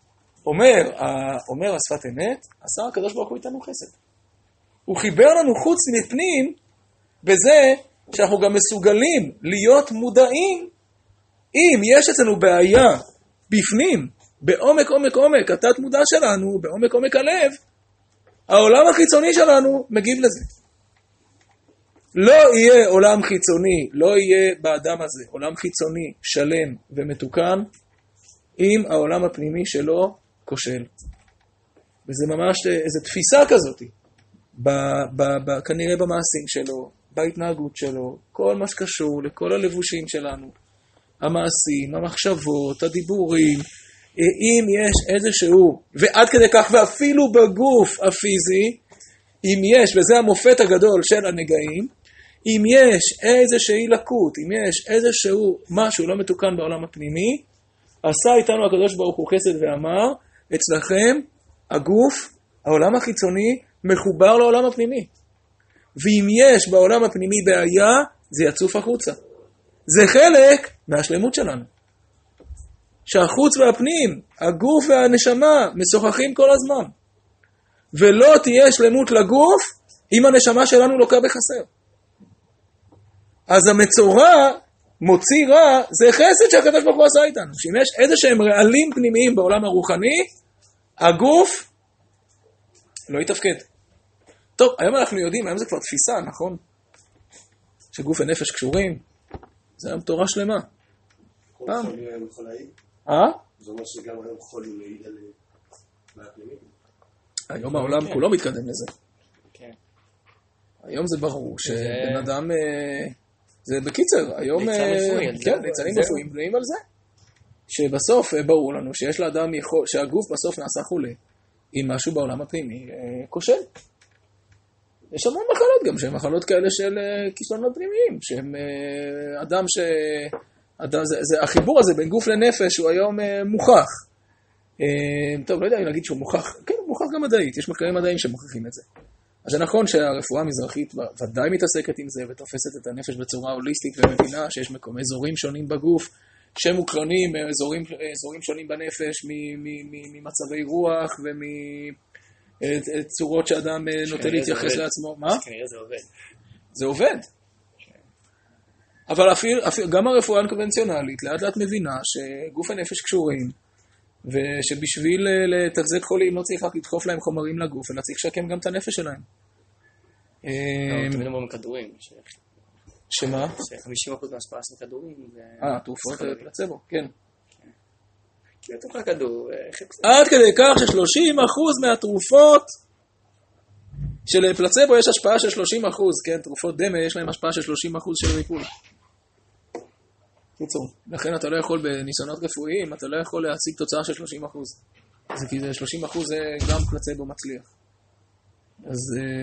אומר השפת אמת, עשה הקדוש ברוך הוא איתנו חסד. הוא חיבר לנו חוץ מפנים, בזה שאנחנו גם מסוגלים להיות מודעים, אם יש אצלנו בעיה בפנים, בעומק התת מודע שלנו, בעומק הלב, העולם החיצוני שלנו מגיב לזה. לא יהיה עולם חיצוני, לא יהיה באדם הזה עולם חיצוני שלם ומתוקן, אם העולם הפנימי שלו כושל. וזה ממש איזו תפיסה כזאת, כנראה במעשים שלו, בהתנהגות שלו, כל מה שקשור לכל הלבושים שלנו, המעשים, המחשבות, הדיבורים, אם יש איזשהו, ועד כדי כך ואפילו בגוף הפיזי, אם יש, וזה המופת הגדול של הנגעים, אם יש איזושהי לקות, אם יש איזשהו משהו לא מתוקן בעולם הפנימי, עשה איתנו הקדוש ברוך הוא חסד ואמר, אצלכם הגוף, העולם החיצוני, מחובר לעולם הפנימי. ואם יש בעולם הפנימי בעיה, זה יצוף החוצה. זה חלק מהשלמות שלנו. שהחוץ והפנים, הגוף והנשמה, משוחחים כל הזמן. ולא תהיה שלמות לגוף, אם הנשמה שלנו לוקה בחסר. אז המצורע, מוציא רע, זה חסד שהקדוש ברוך הוא עשה איתנו. שאם יש איזה שהם רעלים פנימיים בעולם הרוחני, הגוף לא יתפקד. טוב, היום אנחנו יודעים, היום זה כבר תפיסה, נכון? שגוף ונפש קשורים. זה היום תורה שלמה. כל חולי היום יכול להעיד? זה אומר שגם היום חולי להעיד על מהפנימית? היום העולם כולו מתקדם לזה. כן. היום זה ברור שבן אדם, זה בקיצר, היום, כן, ליצנים רפואיים בנויים על זה. שבסוף ברור לנו שיש לאדם, שהגוף בסוף נעשה חולה, עם משהו בעולם הפנימי כושל. יש המון מחלות גם, שהן מחלות כאלה של כישלונות פנימיים, שהם אדם החיבור הזה בין גוף לנפש הוא היום מוכח. טוב, לא יודע אם להגיד שהוא מוכח, כן, הוא מוכח גם מדעית, יש מחקרים מדעיים שמוכיחים את זה. אז זה נכון שהרפואה המזרחית ודאי מתעסקת עם זה, ותופסת את הנפש בצורה הוליסטית ומבינה שיש אזורים שונים בגוף, שמוקרנים אזורים שונים בנפש ממצבי רוח צורות שאדם נוטה להתייחס לעצמו. מה? כנראה זה עובד. זה עובד. אבל אפילו, גם הרפואה הקונבנציונלית לאט לאט מבינה שגוף הנפש קשורים, ושבשביל לתחזק חולים לא צריך רק לדחוף להם חומרים לגוף, אלא צריך לשקם גם את הנפש שלהם. תמיד אומרים כדורים. שמה? ש50% מההשפעה של כדורים. תרופות פלצבו, כן. כי אתה תאכל כדור. עד כדי כך ש30% מהתרופות של פלצבו יש השפעה של 30%, כן? תרופות דמה יש להם השפעה של 30% של ריפוי. קיצור, לכן אתה לא יכול בניסיונות רפואיים, אתה לא יכול להציג תוצאה של 30%. זה כי 30% זה גם פלצבו מצליח. אז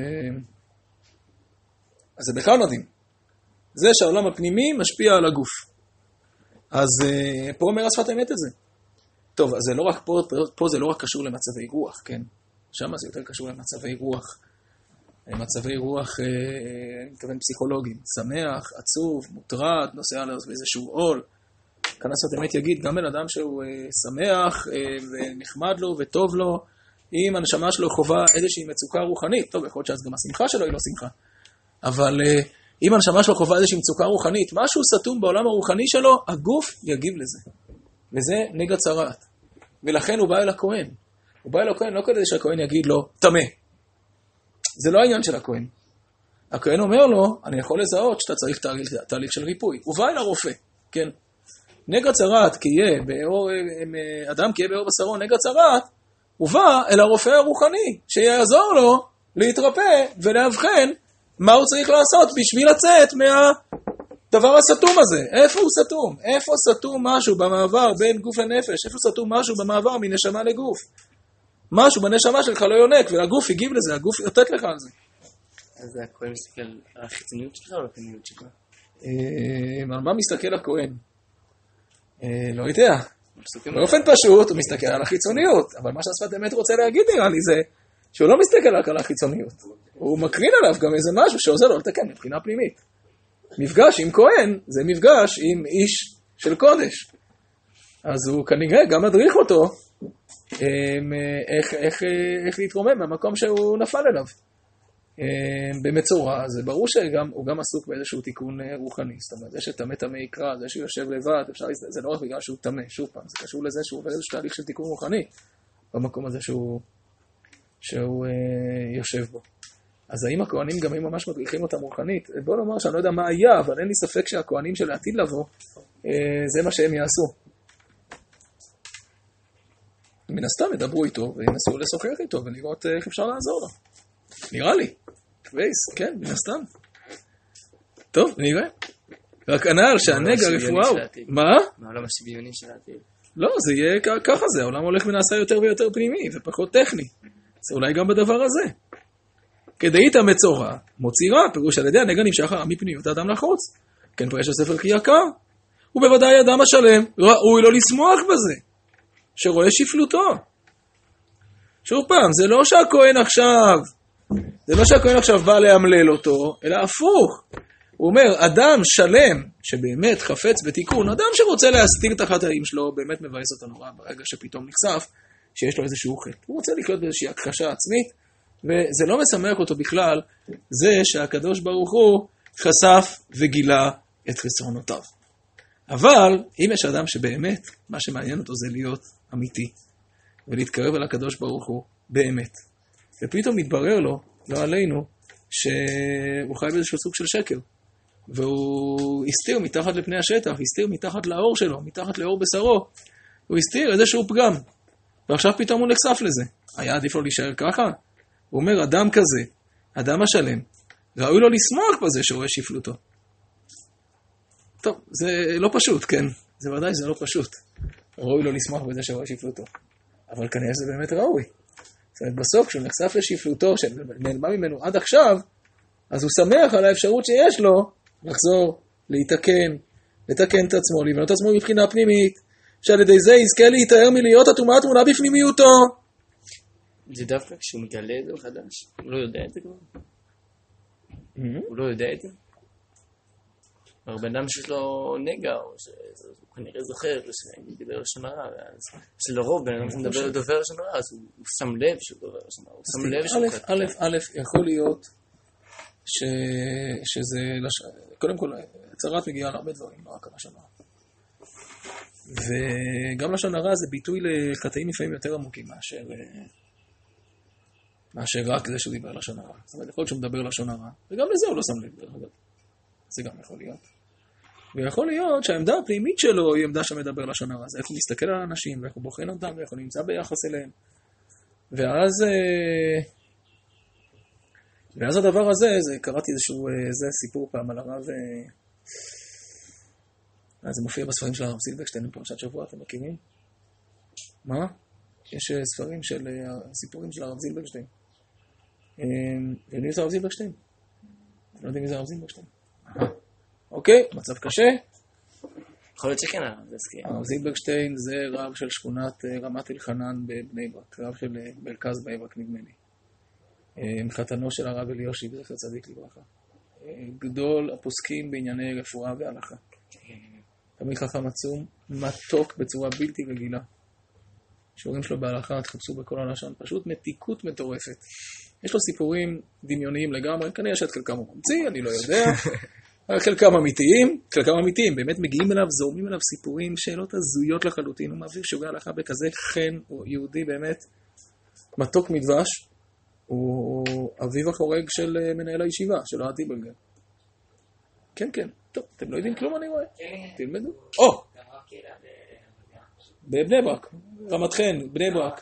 זה בכלל מדהים. זה שהעולם הפנימי משפיע על הגוף. אז פה אומר השפת האמת את זה. טוב, אז זה לא רק פה זה לא רק קשור למצבי רוח, כן? שם זה יותר קשור למצבי רוח. מצבי רוח, אני מתכוון פסיכולוגיים, שמח, עצוב, מוטרד, נוסע עליו באיזשהו עול. כאן השפת האמת יגיד, גם בן אדם שהוא שמח ונחמד לו וטוב לו, אם הנשמה שלו חובה איזושהי מצוקה רוחנית, טוב, יכול להיות שאז גם השמחה שלו היא לא שמחה, אבל אם הנשמה שלו חובה איזושהי מצוקה רוחנית, משהו סתום בעולם הרוחני שלו, הגוף יגיב לזה. וזה נגע צרעת. ולכן הוא בא אל הכהן. הוא בא אל הכהן לא כדי שהכהן יגיד לו, תמה. זה לא העניין של הכהן. הכהן אומר לו, אני יכול לזהות שאתה צריך תהליך של ריפוי. הוא בא אל הרופא, כן. נגע צרעת, אדם כי יהיה באור בשרו, נגע צרעת, הוא בא אל הרופא הרוחני, שיעזור לו להתרפא ולהבחן מה הוא צריך לעשות בשביל לצאת מהדבר הסתום הזה. איפה הוא סתום? איפה סתום משהו במעבר בין גוף לנפש? איפה סתום משהו במעבר מנשמה לגוף? משהו בנשמה שלך לא יונק, והגוף הגיב לזה, הגוף יותת לך על זה. אז הכהן מסתכל על החיצוניות שלך או על הפנימיות שלך? על מה מסתכל הכהן? לא יודע. באופן פשוט הוא מסתכל על החיצוניות, אבל מה שהשפת האמת רוצה להגיד נראה לי זה שהוא לא מסתכל רק על החיצוניות. הוא מקרין עליו גם איזה משהו שעוזר לו לתקן מבחינה פנימית. מפגש עם כהן זה מפגש עם איש של קודש. אז הוא כנראה גם מדריך אותו איך להתרומם במקום שהוא נפל אליו. במצורע, זה ברור שהוא גם עסוק באיזשהו תיקון רוחני. זאת אומרת, זה שתמה תמה יקרא, זה שהוא יושב לבד, זה לא רק בגלל שהוא תמה, שוב פעם, זה קשור לזה שהוא עובר איזשהו תהליך של תיקון רוחני במקום הזה שהוא יושב בו. אז האם הכהנים גם הם ממש מדריכים אותם רוחנית? בוא נאמר שאני לא יודע מה היה, אבל אין לי ספק שהכהנים של העתיד לבוא, זה מה שהם יעשו. מן הסתם ידברו איתו וינסו לשוחח איתו ולראות איך אפשר לעזור לו. נראה לי. קווייס, כן, מן הסתם. טוב, נראה. רק הנער שהנגע הרפואה הוא... מה? מהעולם השוויוני של העתיד. לא, זה יהיה ככה זה. העולם הולך ונעשה יותר ויותר פנימי ופחות טכני. זה אולי גם בדבר הזה. כדאית המצורע, מוצירה, פירוש על ידי הנגע נמשך מפנימיות האדם לחוץ. כן, פרש הספר כי יקר. ובוודאי אדם השלם, ראוי לו לשמוח בזה. שרואה שפלותו. שוב פעם, זה לא שהכהן עכשיו בא להמלל אותו, אלא הפוך. הוא אומר, אדם שלם שבאמת חפץ בתיקון, אדם שרוצה להסתיר את החטאים שלו, באמת מבאס אותו נורא ברגע שפתאום נחשף שיש לו איזשהו חטא. הוא רוצה לקלוט באיזושהי הכחשה עצמית, וזה לא משמח אותו בכלל, זה שהקדוש ברוך הוא חשף וגילה את חסרונותיו. אבל אם יש אדם שבאמת, מה שמעניין אותו זה להיות אמיתי, ולהתקרב אל הקדוש ברוך הוא באמת. ופתאום מתברר לו, לא עלינו, שהוא חי באיזשהו סוג של שקר. והוא הסתיר מתחת לפני השטח, הסתיר מתחת לאור שלו, מתחת לאור בשרו. הוא הסתיר איזשהו פגם. ועכשיו פתאום הוא נחשף לזה. היה עדיף לו להישאר ככה? הוא אומר, אדם כזה, אדם השלם, ראוי לו לשמוח בזה שרואה שפלותו. טוב, זה לא פשוט, כן? זה ודאי, זה לא פשוט. ראוי לו לשמוח בזה שרואה שפלותו. אבל כנראה זה באמת ראוי. זאת אומרת, בסוף, כשהוא נחשף לשפלותו, שנעלמה ממנו עד עכשיו, אז הוא שמח על האפשרות שיש לו לחזור, לתקן את עצמו, לבנות את עצמו מבחינה פנימית, שעל ידי זה יזכה להתאר מלהיות התאומה התמונה בפנימיותו. זה דווקא כשהוא מגלה את זה מחדש. הוא לא יודע את זה כבר. הוא לא יודע את זה. הרבה אדם שיש לו נגע, או שהוא כנראה זוכר שדיבר לשון הרע, שלרוב בן אדם שמדבר לדובר לשון הרע, אז הוא שם לב שהוא דובר לשון הרע, הוא שם לב שהוא חטא. א', יכול להיות שזה, קודם כל, צרת מגיעה להרבה דברים, לא רק לשון הרע. וגם לשון הרע זה ביטוי לחטאים לפעמים יותר עמוקים מאשר רק זה שהוא דיבר לשון הרע. זאת אומרת, יכול להיות שהוא מדבר לשון הרע, וגם לזה הוא לא שם לב, דרך אגב. זה גם יכול להיות. ויכול להיות שהעמדה הפנימית שלו היא עמדה שמדבר לשון הרע. זה איך הוא מסתכל על האנשים, ואיך הוא בוחן אותם, ואיך הוא נמצא ביחס אליהם. ואז הדבר הזה, קראתי איזשהו סיפור פעם על הרב, זה מופיע בספרים של הרב זילברשטיין בפרשת שבוע, אתם מכירים? מה? יש ספרים של סיפורים של הרב זילברשטיין. יודעים את הרב זילברשטיין? לא יודעים מי זה הרב זילברשטיין? אוקיי, מצב קשה. יכול להיות שכן, זה סקי. הרב זילברשטיין זה רב של שכונת רמת אלחנן בבני ברק, רב של מרכז בני ברק נדמה לי. חתנו של הרב אליושי, זכר צדיק לברכה. גדול הפוסקים בענייני רפואה והלכה. תמיד חכם עצום, מתוק בצורה בלתי רגילה. שיעורים שלו בהלכה, תחפשו בכל הלשון, פשוט מתיקות מטורפת. יש לו סיפורים דמיוניים לגמרי, כנראה שאת חלקם הוא ממציא, אני לא יודע. חלקם אמיתיים, באמת מגיעים אליו, זורמים אליו סיפורים, שאלות הזויות לחלוטין, הוא מעביר שיעורי הלכה בכזה חן, הוא יהודי באמת מתוק מדבש, הוא אביו החורג של מנהל הישיבה, של אוהד טיבלגר. כן, כן, טוב, אתם לא יודעים כלום אני רואה, תלמדו. בבני ברק, רמת חן, בני ברק.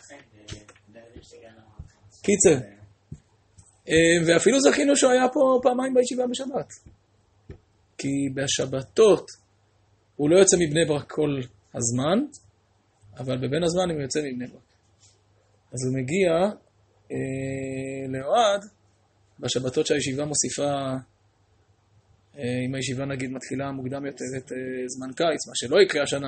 קיצר. ואפילו זכינו שהוא היה פה פעמיים בישיבה בשבת. כי בשבתות הוא לא יוצא מבני ברק כל הזמן, אבל בבין הזמן הוא יוצא מבני ברק. אז הוא מגיע לאוהד, בשבתות שהישיבה מוסיפה, אם הישיבה נגיד מתחילה מוקדם יותר את זמן קיץ, מה שלא יקרה השנה,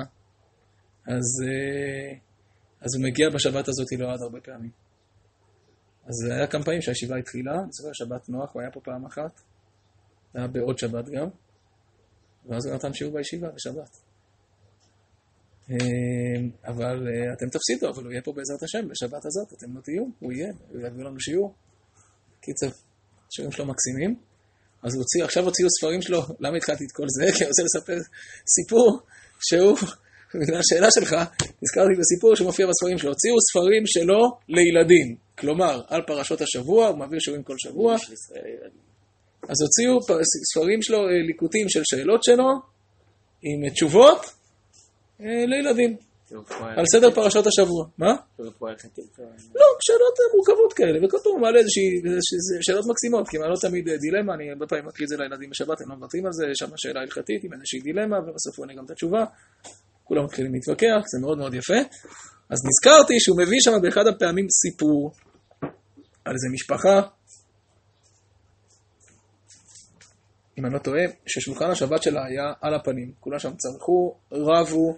אז הוא מגיע בשבת הזאת לאוהד הרבה פעמים. אז היה כמה פעמים שהישיבה התחילה, בסופו של שבת נוח, הוא היה פה פעם אחת, היה בעוד שבת גם, ואז הוא נתן שיעור בישיבה בשבת. אבל אתם תפסידו, אבל הוא יהיה פה בעזרת השם בשבת הזאת, אתם לא תהיו, הוא יהיה, הוא יעביר לנו שיעור. קיצר, שיעורים שלו מקסימים. אז עכשיו הוציאו ספרים שלו, למה התחלתי את כל זה? כי אני רוצה לספר סיפור שהוא, בגלל השאלה שלך, נזכרתי בסיפור שמופיע בספרים שלו, הוציאו ספרים שלו לילדים, כלומר, על פרשות השבוע, הוא מעביר שיעורים כל שבוע. אז הוציאו ספרים שלו, ליקוטים של שאלות שלו, עם תשובות, לילדים, על סדר פרשות השבוע. מה? לא, שאלות מורכבות כאלה, וכל פעם הוא מעלה איזושהי שאלות מקסימות, כי מה לא תמיד דילמה, אני הרבה פעמים מקריא את זה לילדים בשבת, הם לא מוותרים על זה, יש שם שאלה הלכתית עם איזושהי דילמה, ובסוף הוא עונה גם את התשובה, כולם מתחילים להתווכח, זה מאוד מאוד יפה. אז נזכרתי שהוא מביא שם באחד הפעמים סיפור על איזה משפחה, אם אני לא טועה, ששולחן השבת שלה היה על הפנים. כולם שם צרכו, רבו,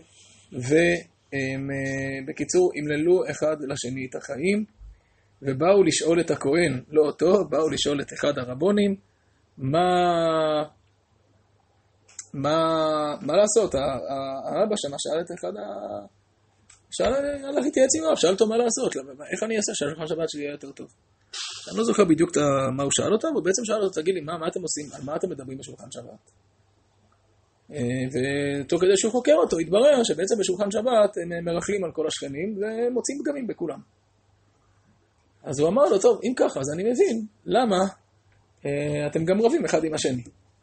ובקיצור, המללו אחד לשני את החיים, ובאו לשאול את הכהן, לא אותו, באו לשאול את אחד הרבונים, מה לעשות? האבא שמה שאל את אחד הלך להתייעץ עם רב, שאל אותו מה לעשות, איך אני אעשה שהשולחן השבת שלי יהיה יותר טוב? אני לא זוכר בדיוק מה הוא שאל אותם, הוא בעצם שאל אותו, תגיד לי, מה אתם עושים, על מה אתם מדברים בשולחן שבת? ותוך כדי שהוא חוקר אותו, התברר שבעצם בשולחן שבת הם מרחלים על כל השכנים, ומוצאים פגמים בכולם. אז הוא אמר לו, טוב, אם ככה, אז אני מבין, למה אתם גם רבים אחד עם השני?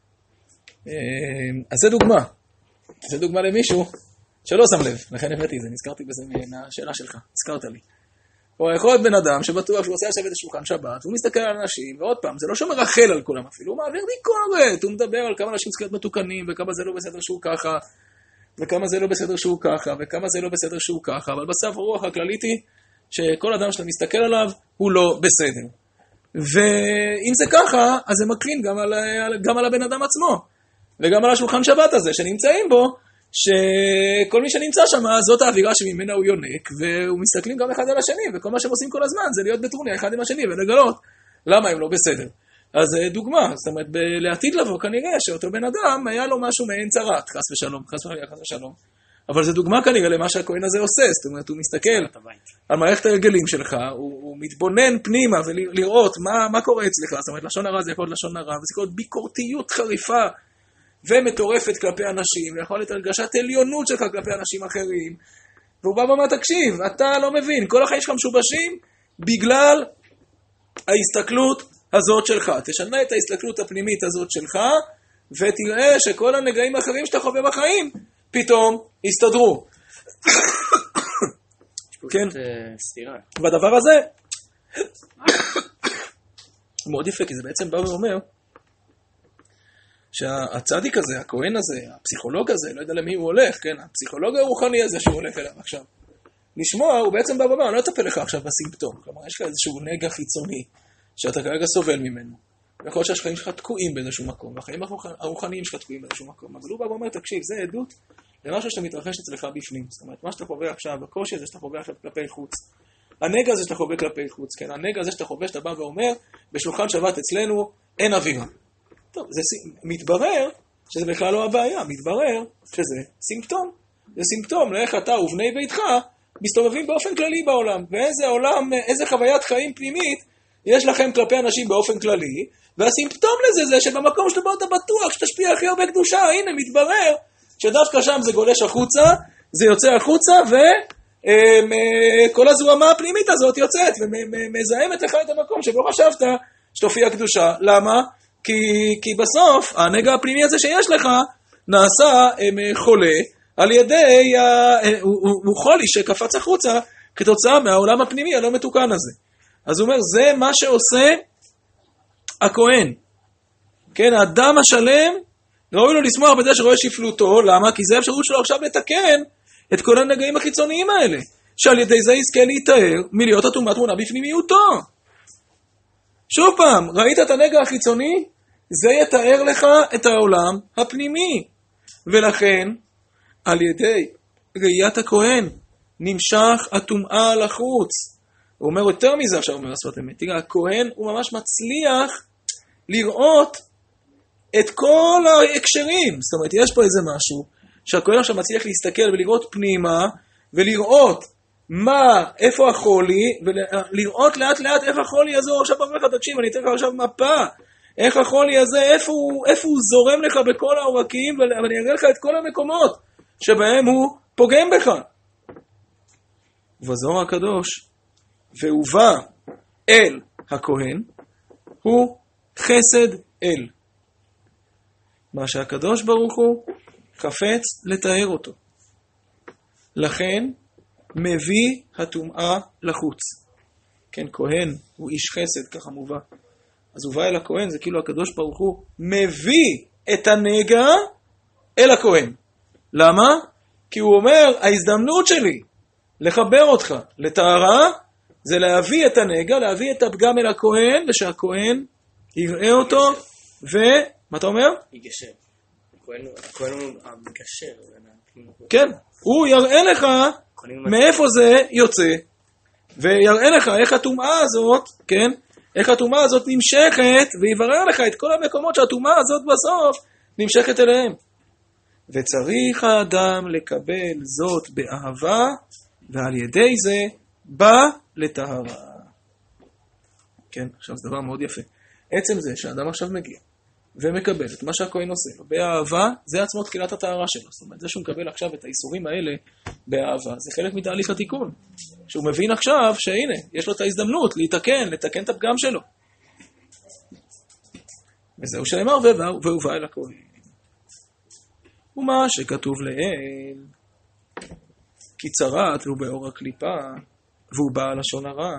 אז זה דוגמה למישהו שלא שם לב, לכן הבאתי את זה, נזכרתי בזה מהשאלה שלך, הזכרת לי. או יכול להיות בן אדם שבטוח שהוא עושה לשבת לשולחן שבת, הוא מסתכל על אנשים, ועוד פעם, זה לא שמרחל על כולם אפילו, הוא מעביר ביקורת, הוא מדבר על כמה אנשים צריכים להיות מתוקנים, וכמה זה לא בסדר שהוא ככה, וכמה זה לא בסדר שהוא ככה, וכמה זה לא בסדר שהוא ככה, אבל בסוף הרוח הכללית היא שכל אדם שאתה מסתכל עליו הוא לא בסדר. ואם זה ככה, אז זה מקרין גם על הבן אדם עצמו, וגם על השולחן שבת הזה שנמצאים בו, שכל מי שנמצא שם, זאת האווירה שממנה הוא יונק, והוא מסתכלים גם אחד על השני, וכל מה שהם עושים כל הזמן זה להיות בטרוניה אחד עם השני, ולגלות למה הם לא בסדר. אז דוגמה, זאת אומרת, לעתיד לבוא כנראה שאותו בן אדם היה לו משהו מעין צרת, חס ושלום, חס ושלום, אבל זו דוגמה כנראה למה שהכהן הזה עושה, זאת אומרת, הוא מסתכל על מערכת הרגלים שלך, הוא מתבונן פנימה ולראות מה קורה אצלך, זאת אומרת, לשון הרע זה יכול להיות לשון הרע, וזה יכול להיות ביקורתיות חריפה ומטורפת כלפי אנשים, ויכול להיות הרגשת עליונות שלך כלפי אנשים אחרים, והוא בא ואומר, תקשיב, אתה לא מבין, כל החיים שלך משובשים בגלל ההסתכלות הזאת שלך. תשנה את ההסתכלות הפנימית הזאת שלך, ותראה שכל הנגעים האחרים שאתה חווה בחיים, פתאום הסתדרו. כן? סתירה. והדבר הזה, מאוד יפה, כי זה בעצם בא ואומר, שהצדיק הזה, הכהן הזה, הפסיכולוג הזה, לא יודע למי הוא הולך, כן? הפסיכולוג הרוחני הזה שהוא הולך אליו עכשיו. לשמוע, הוא בעצם בא ואומר, אני לא אטפל לך עכשיו בסימפטום. כלומר, יש לך איזשהו נגע חיצוני, שאתה כרגע סובל ממנו. יכול להיות שהחיים שלך תקועים באיזשהו מקום, והחיים הרוחניים שלך תקועים באיזשהו מקום. אבל הוא בא ואומר, תקשיב, זה עדות למשהו שאתה מתרחש אצלך בפנים. זאת אומרת, מה שאתה חווה עכשיו, הקושי הזה שאתה חווה עכשיו כלפי חוץ, הנגע הזה שאתה חווה כלפי חוץ, כן? הנגע הזה שאתה חווה, שאתה בא ואומר, בשולחן שבת אצלנו אין אווירה. טוב, זה מתברר שזה בכלל לא הבעיה, מתברר שזה סימפטום. זה סימפטום לאיך אתה ובני ביתך מסתובבים באופן כללי בעולם, ואיזה עולם, איזה חוויית חיים פנימית יש לכם כלפי אנשים באופן כללי, והסימפטום לזה זה שבמקום שבו אתה בטוח שתשפיע הכי הרבה קדושה, הנה מתברר שדווקא שם זה גולש החוצה, זה יוצא החוצה, וכל הזוהמה הפנימית הזאת יוצאת, ומזהמת לך את המקום שבו חשבת שתופיע קדושה. למה? כי בסוף הנגע הפנימי הזה שיש לך נעשה חולה על ידי, הוא חולי שקפץ החוצה כתוצאה מהעולם הפנימי הלא מתוקן הזה. אז הוא אומר, זה מה שעושה הכהן. כן, האדם השלם, ראוי לו לשמוח בזה שרואה שפלותו. למה? כי זה האפשרות שלו עכשיו לתקן את כל הנגעים החיצוניים האלה, שעל ידי זה יזכה להיטהר מלהיות אטומה טמונה בפנימיותו. שוב פעם, ראית את הנגע החיצוני? זה יתאר לך את העולם הפנימי. ולכן, על ידי ראיית הכהן, נמשך הטומאה לחוץ. הוא אומר יותר מזה עכשיו, אומר השפת אמת. תראה, הכהן הוא ממש מצליח לראות את כל ההקשרים. זאת אומרת, יש פה איזה משהו, שהכהן עכשיו מצליח להסתכל ולראות פנימה, ולראות איפה החולי, ולראות לאט לאט איך החולי הזה, עכשיו אומר לך, תקשיב, אני אתן לך עכשיו מפה, איך החולי הזה, איפה הוא זורם לך בכל העורקים, ואני אראה לך את כל המקומות שבהם הוא פוגם בך. ובזוהר הקדוש, והובא אל הכהן, הוא חסד אל. מה שהקדוש ברוך הוא חפץ לתאר אותו. לכן מביא הטומאה לחוץ. כן, כהן הוא איש חסד, ככה מובא. אז הוא בא אל הכהן, זה כאילו הקדוש ברוך הוא מביא את הנגע אל הכהן. למה? כי הוא אומר, ההזדמנות שלי לחבר אותך לטהרה, זה להביא את הנגע, להביא את הפגם אל הכהן, ושהכהן יראה אותו, מה אתה אומר? יגשר. הכהן הוא המגשר. כן, הוא יראה לך מאיפה זה יוצא, ויראה לך איך הטומאה הזאת, כן? איך הטומאה הזאת נמשכת, ויברר לך את כל המקומות שהטומאה הזאת בסוף נמשכת אליהם. וצריך האדם לקבל זאת באהבה, ועל ידי זה בא לטהרה. כן, עכשיו זה דבר מאוד יפה. עצם זה שהאדם עכשיו מגיע ומקבל את מה שהכהן עושה לו באהבה, זה עצמו תחילת הטהרה שלו. זאת אומרת, זה שהוא מקבל עכשיו את האיסורים האלה באהבה, זה חלק מתהליך התיקון. שהוא מבין עכשיו שהנה, יש לו את ההזדמנות לתקן את הפגם שלו. וזהו שנאמר, והובא אל הכהן. ומה שכתוב לאל, כי צרת הוא באור הקליפה, והוא בא לשון הרע.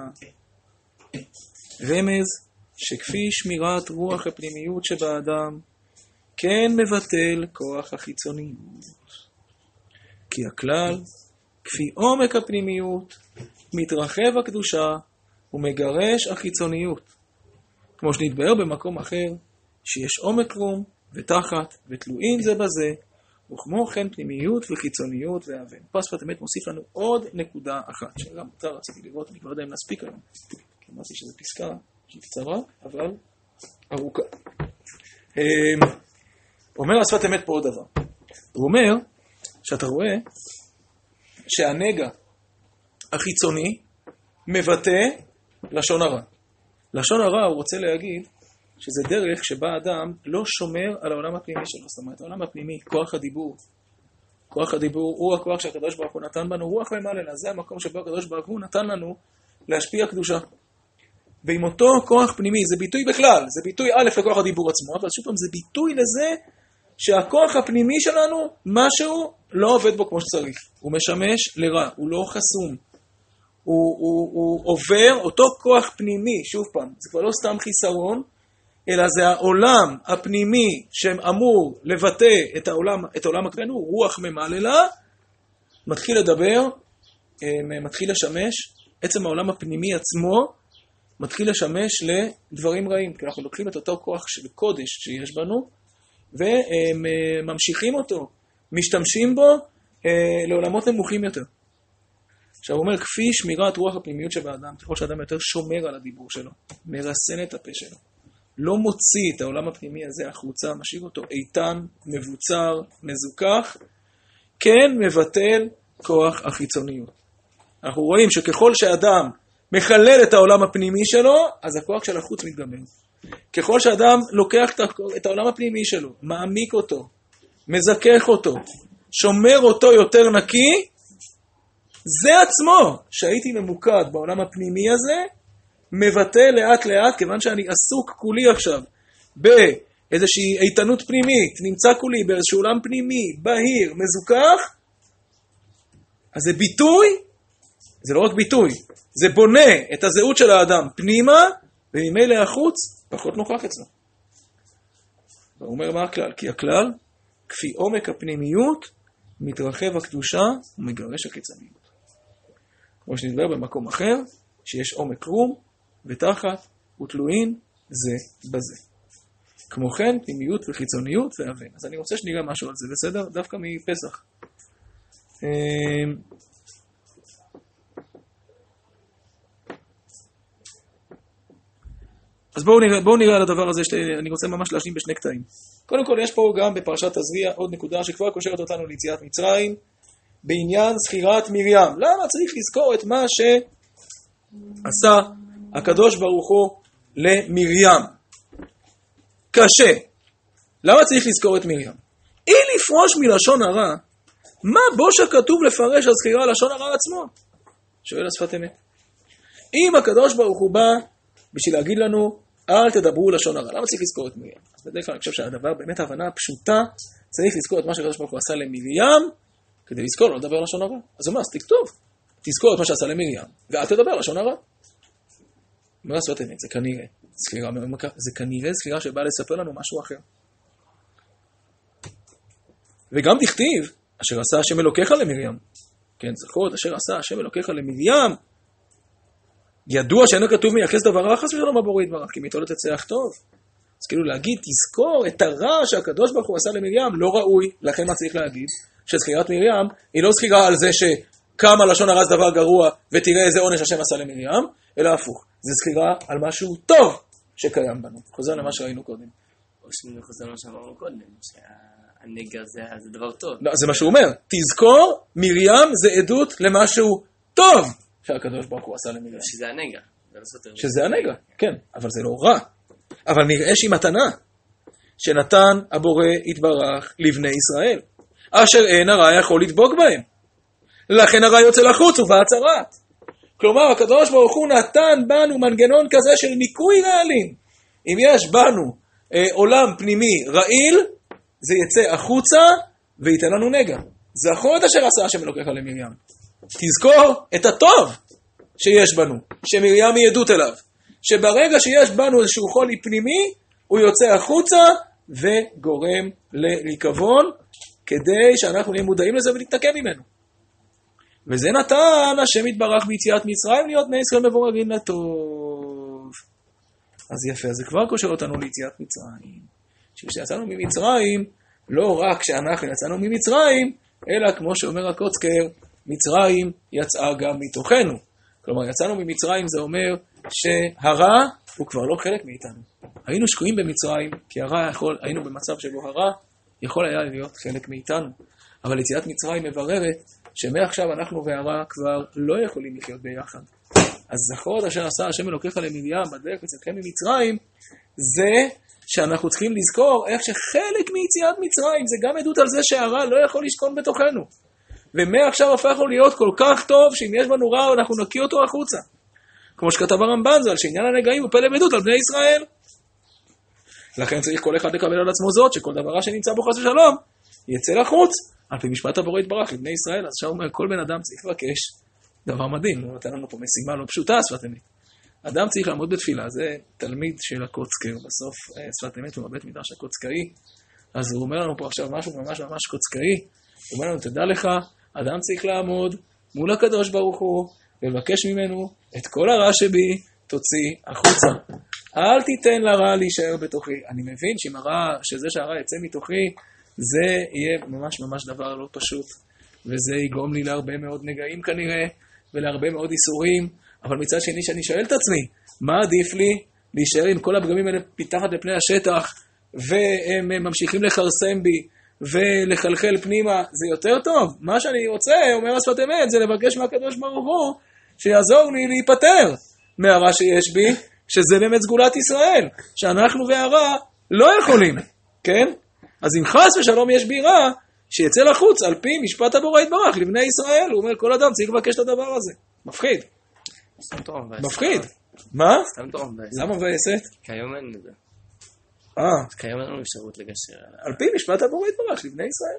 רמז שכפי שמירת רוח הפנימיות שבאדם, כן מבטל כוח החיצוניות. כי הכלל, כפי עומק הפנימיות, מתרחב הקדושה ומגרש החיצוניות. כמו שנתבאר במקום אחר, שיש עומק רום ותחת ותלויים זה בזה, וכמו כן פנימיות וחיצוניות ואבן. פה השפת אמת מוסיף לנו עוד נקודה אחת, שגם אותה רציתי לראות, אני כבר יודע אם נספיק היום. כי אמרתי שזו פסקה שהיא קצרה, אבל ארוכה. אומר השפת אמת פה עוד דבר. הוא אומר שאתה רואה שהנגע החיצוני מבטא לשון הרע. לשון הרע הוא רוצה להגיד שזה דרך שבה אדם לא שומר על העולם הפנימי שלו. זאת אומרת, העולם הפנימי, כוח הדיבור. כוח הדיבור הוא הכוח שהקדוש ברוך הוא נתן בנו, רוח למעלה, זה המקום שבו הקדוש ברוך הוא נתן לנו להשפיע קדושה. ועם אותו כוח פנימי, זה ביטוי בכלל, זה ביטוי א' לכוח הדיבור עצמו, אבל שוב פעם זה ביטוי לזה שהכוח הפנימי שלנו, משהו לא עובד בו כמו שצריך. הוא משמש לרע, הוא לא חסום. הוא עובר אותו כוח פנימי, שוב פעם, זה כבר לא סתם חיסרון, אלא זה העולם הפנימי שאמור לבטא את העולם הכלנו, רוח ממעלה, מתחיל לדבר, מתחיל לשמש, עצם העולם הפנימי עצמו, מתחיל לשמש לדברים רעים, כי אנחנו לוקחים את אותו כוח של קודש שיש בנו, וממשיכים אותו, משתמשים בו לעולמות נמוכים יותר. עכשיו הוא אומר, כפי שמירת רוח הפנימיות שבאדם, ככל שאדם יותר שומר על הדיבור שלו, מרסן את הפה שלו, לא מוציא את העולם הפנימי הזה החוצה, משאיר אותו איתן, מבוצר, מזוכח, כן מבטל כוח החיצוניות. אנחנו רואים שככל שאדם מחלל את העולם הפנימי שלו, אז הכוח של החוץ מתגבר. ככל שאדם לוקח את העולם הפנימי שלו, מעמיק אותו, מזכך אותו, שומר אותו יותר נקי, זה עצמו שהייתי ממוקד בעולם הפנימי הזה, מבטא לאט לאט, כיוון שאני עסוק כולי עכשיו באיזושהי איתנות פנימית, נמצא כולי באיזשהו עולם פנימי, בהיר, מזוכח, אז זה ביטוי, זה לא רק ביטוי, זה בונה את הזהות של האדם פנימה, וממילא החוץ פחות נוכח אצלו. הוא אומר מה הכלל? כי הכלל, כפי עומק הפנימיות, מתרחב הקדושה ומגרש הקיצוניות. כמו שנדבר במקום אחר, שיש עומק רום ותחת ותלויים זה בזה. כמו כן, פנימיות וחיצוניות ואבן. אז אני רוצה שנראה משהו על זה, בסדר? דווקא מפסח. אז בואו נראה על הדבר הזה, אני רוצה ממש להשלים בשני קטעים. קודם כל, יש פה גם בפרשת תזריע עוד נקודה שכבר קושרת אותנו ליציאת מצרים, בעניין זכירת מרים. למה צריך לזכור את מה שעשה הקדוש ברוך הוא למרים? קשה. למה צריך לזכור את מרים? אם לפרוש מלשון הרע, מה בוש הכתוב לפרש הזכירה לשון הרע עצמו? שואל השפת אמת. אם הקדוש ברוך הוא בא בשביל להגיד לנו, אל תדברו לשון הרע, למה צריך לזכור את מרים? אז בדרך כלל אני חושב שהדבר, באמת ההבנה הפשוטה, צריך לזכור את מה שהקדוש ברוך הוא עשה למרים, כדי לזכור לא לדבר לשון הרע. אז הוא אומר, אז תכתוב, תזכור את מה שעשה למרים, ואל תדבר לשון הרע. מה לעשות אמת? זה כנראה זכירה ממוקה, זה כנראה זכירה שבאה לספר לנו משהו אחר. וגם תכתיב, אשר עשה השם אלוקיך למרים. כן, זכור את אשר עשה השם אלוקיך למרים, ידוע שאינו כתוב מייחס דבר רע חס ושלום הבורא יתברך, כי מאיתו לא תצא אך טוב. אז כאילו להגיד, תזכור את הרע שהקדוש ברוך הוא עשה למרים, לא ראוי, לכן מה צריך להגיד? שזכירת מרים היא לא זכירה על זה שכמה לשון הרע זה דבר גרוע, ותראה איזה עונש השם עשה למרים, אלא הפוך. זה זכירה על משהו טוב שקיים בנו. חוזר למה שראינו קודם. או חוזר למה שאמרנו קודם, שהנגע זה דבר טוב. לא, זה מה שהוא אומר. תזכור, מרים זה עדות למשהו טוב שהקדוש ברוך הוא עשה למרים. שזה הנגע. שזה הנגע, כן, אבל זה לא רע. אבל נראה שהיא מתנה שנתן הבורא יתברך לבני ישראל, אשר אין הרע יכול לדבוק בהם. לכן הרע יוצא לחוץ ובהצהרת. כלומר, הקדוש ברוך הוא נתן בנו מנגנון כזה של ניקוי רעלים. אם יש בנו עולם פנימי רעיל, זה יצא החוצה וייתן לנו נגע. זכור את אשר עשה השם אלוקיך למרים. תזכור את הטוב שיש בנו, שמרים היא עדות אליו. שברגע שיש בנו איזשהו חולי פנימי, הוא יוצא החוצה וגורם לריקבון, כדי שאנחנו נהיה מודעים לזה ונתנקה ממנו. וזה נתן השם יתברך ביציאת מצרים להיות בני ישראל מבוררים לטוב. אז יפה, זה כבר קושר אותנו ליציאת מצרים. כשיצאנו ממצרים, לא רק שאנחנו יצאנו ממצרים, אלא כמו שאומר הקוצקר, מצרים יצאה גם מתוכנו. כלומר, יצאנו ממצרים זה אומר שהרע הוא כבר לא חלק מאיתנו. היינו שקועים במצרים, כי הרע היינו במצב שבו הרע יכול היה להיות חלק מאיתנו. אבל יציאת מצרים מבררת שמעכשיו אנחנו והרע כבר לא יכולים לחיות ביחד. אז זכור את אשר עשה השם אלוקיך למרים בדרך יצאתכם ממצרים, זה שאנחנו צריכים לזכור איך שחלק מיציאת מצרים זה גם עדות על זה שהרע לא יכול לשכון בתוכנו. ומעכשיו הפכנו להיות כל כך טוב שאם יש בנו רע אנחנו נקיא אותו החוצה. כמו שכתב הרמב"ן ז"ל, שעניין הנגעים הוא פלא ועדות על בני ישראל. לכן צריך כל אחד לקבל על עצמו זאת, שכל דבר שנמצא בו חס ושלום יצא לחוץ, על פי משפט הבורא יתברך לבני ישראל. אז עכשיו אומר, כל בן אדם צריך לבקש דבר מדהים, הוא נותן לנו פה משימה לא פשוטה, שפת אמת. אדם צריך לעמוד בתפילה, זה תלמיד של הקוצקר, בסוף שפת אמת הוא בבית מדרש הקוצקאי, אז הוא אומר לנו פה עכשיו משהו ממש ממש קוצקאי, הוא אומר לנו, תדע לך, אדם צריך לעמוד מול הקדוש ברוך הוא, ולבקש ממנו את כל הרע שבי, תוציא החוצה. אל תיתן לרע להישאר בתוכי. אני מבין שזה שהרע יצא מתוכי, זה יהיה ממש ממש דבר לא פשוט, וזה יגרום לי להרבה מאוד נגעים כנראה, ולהרבה מאוד איסורים, אבל מצד שני שאני שואל את עצמי, מה עדיף לי להישאר עם כל הפגמים האלה מתחת לפני השטח, והם ממשיכים לחרסם בי, ולחלחל פנימה, זה יותר טוב. מה שאני רוצה, אומר השפת אמת, זה לבקש מהקדוש ברוך הוא, שיעזור לי להיפטר מהרע שיש בי, שזה באמת סגולת ישראל, שאנחנו והרע לא יכולים, כן? אז אם חס ושלום יש בי רע, שיצא לחוץ על פי משפט הבורא יתברך לבני ישראל. הוא אומר, כל אדם צריך לבקש את הדבר הזה. מפחיד. מפחיד. מה? סתם טוב. למה מבאסת? כיום אין לזה. כיום אין לנו אפשרות לגשר. על פי משפט הבורא יתברך לבני ישראל.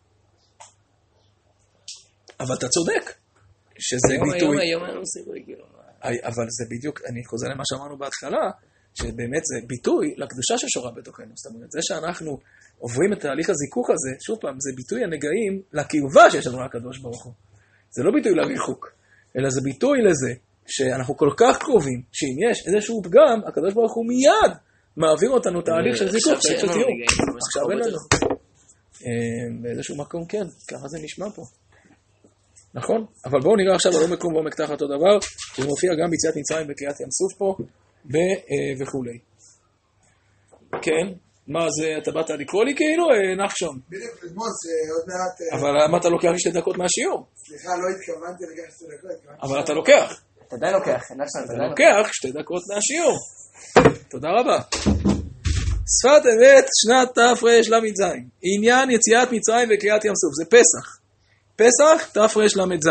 אבל אתה צודק. שזה ביטוי. היום אין לנו סיכוי, כאילו. אבל זה בדיוק, אני חוזר למה שאמרנו בהתחלה, שבאמת זה ביטוי לקדושה ששורה בתוכנו. זאת אומרת, זה שאנחנו עוברים את תהליך הזיכוך הזה, שוב פעם, זה ביטוי הנגעים לקרבה שיש לנו לקדוש ברוך הוא. זה לא ביטוי לריחוק, אלא זה ביטוי לזה שאנחנו כל כך קרובים, שאם יש איזשהו פגם, הקדוש ברוך הוא מיד מעביר אותנו תהליך של זיכוך. עכשיו אין לנו. באיזשהו מקום כן, ככה זה נשמע פה. נכון? אבל בואו נראה עכשיו על עומק קום ועומק תחת אותו דבר, שזה מופיע גם ביציאת מצרים בקריאת ים סוף פה, וכולי. כן? מה זה, אתה באת לקרוא לי כאילו, נחשון? בדיוק, לדמוס, עוד מעט... אבל למה אתה לוקח לי 2 דקות מהשיעור? סליחה, לא התכוונתי לקח 2 דקות. אבל אתה לוקח. אתה עדיין לוקח, נחשון, אתה לוקח 2 דקות מהשיעור. תודה רבה. שפת אמת, שנת תרל"ז. עניין יציאת מצרים וקריאת ים סוף, זה פסח. פסח תרל"ז.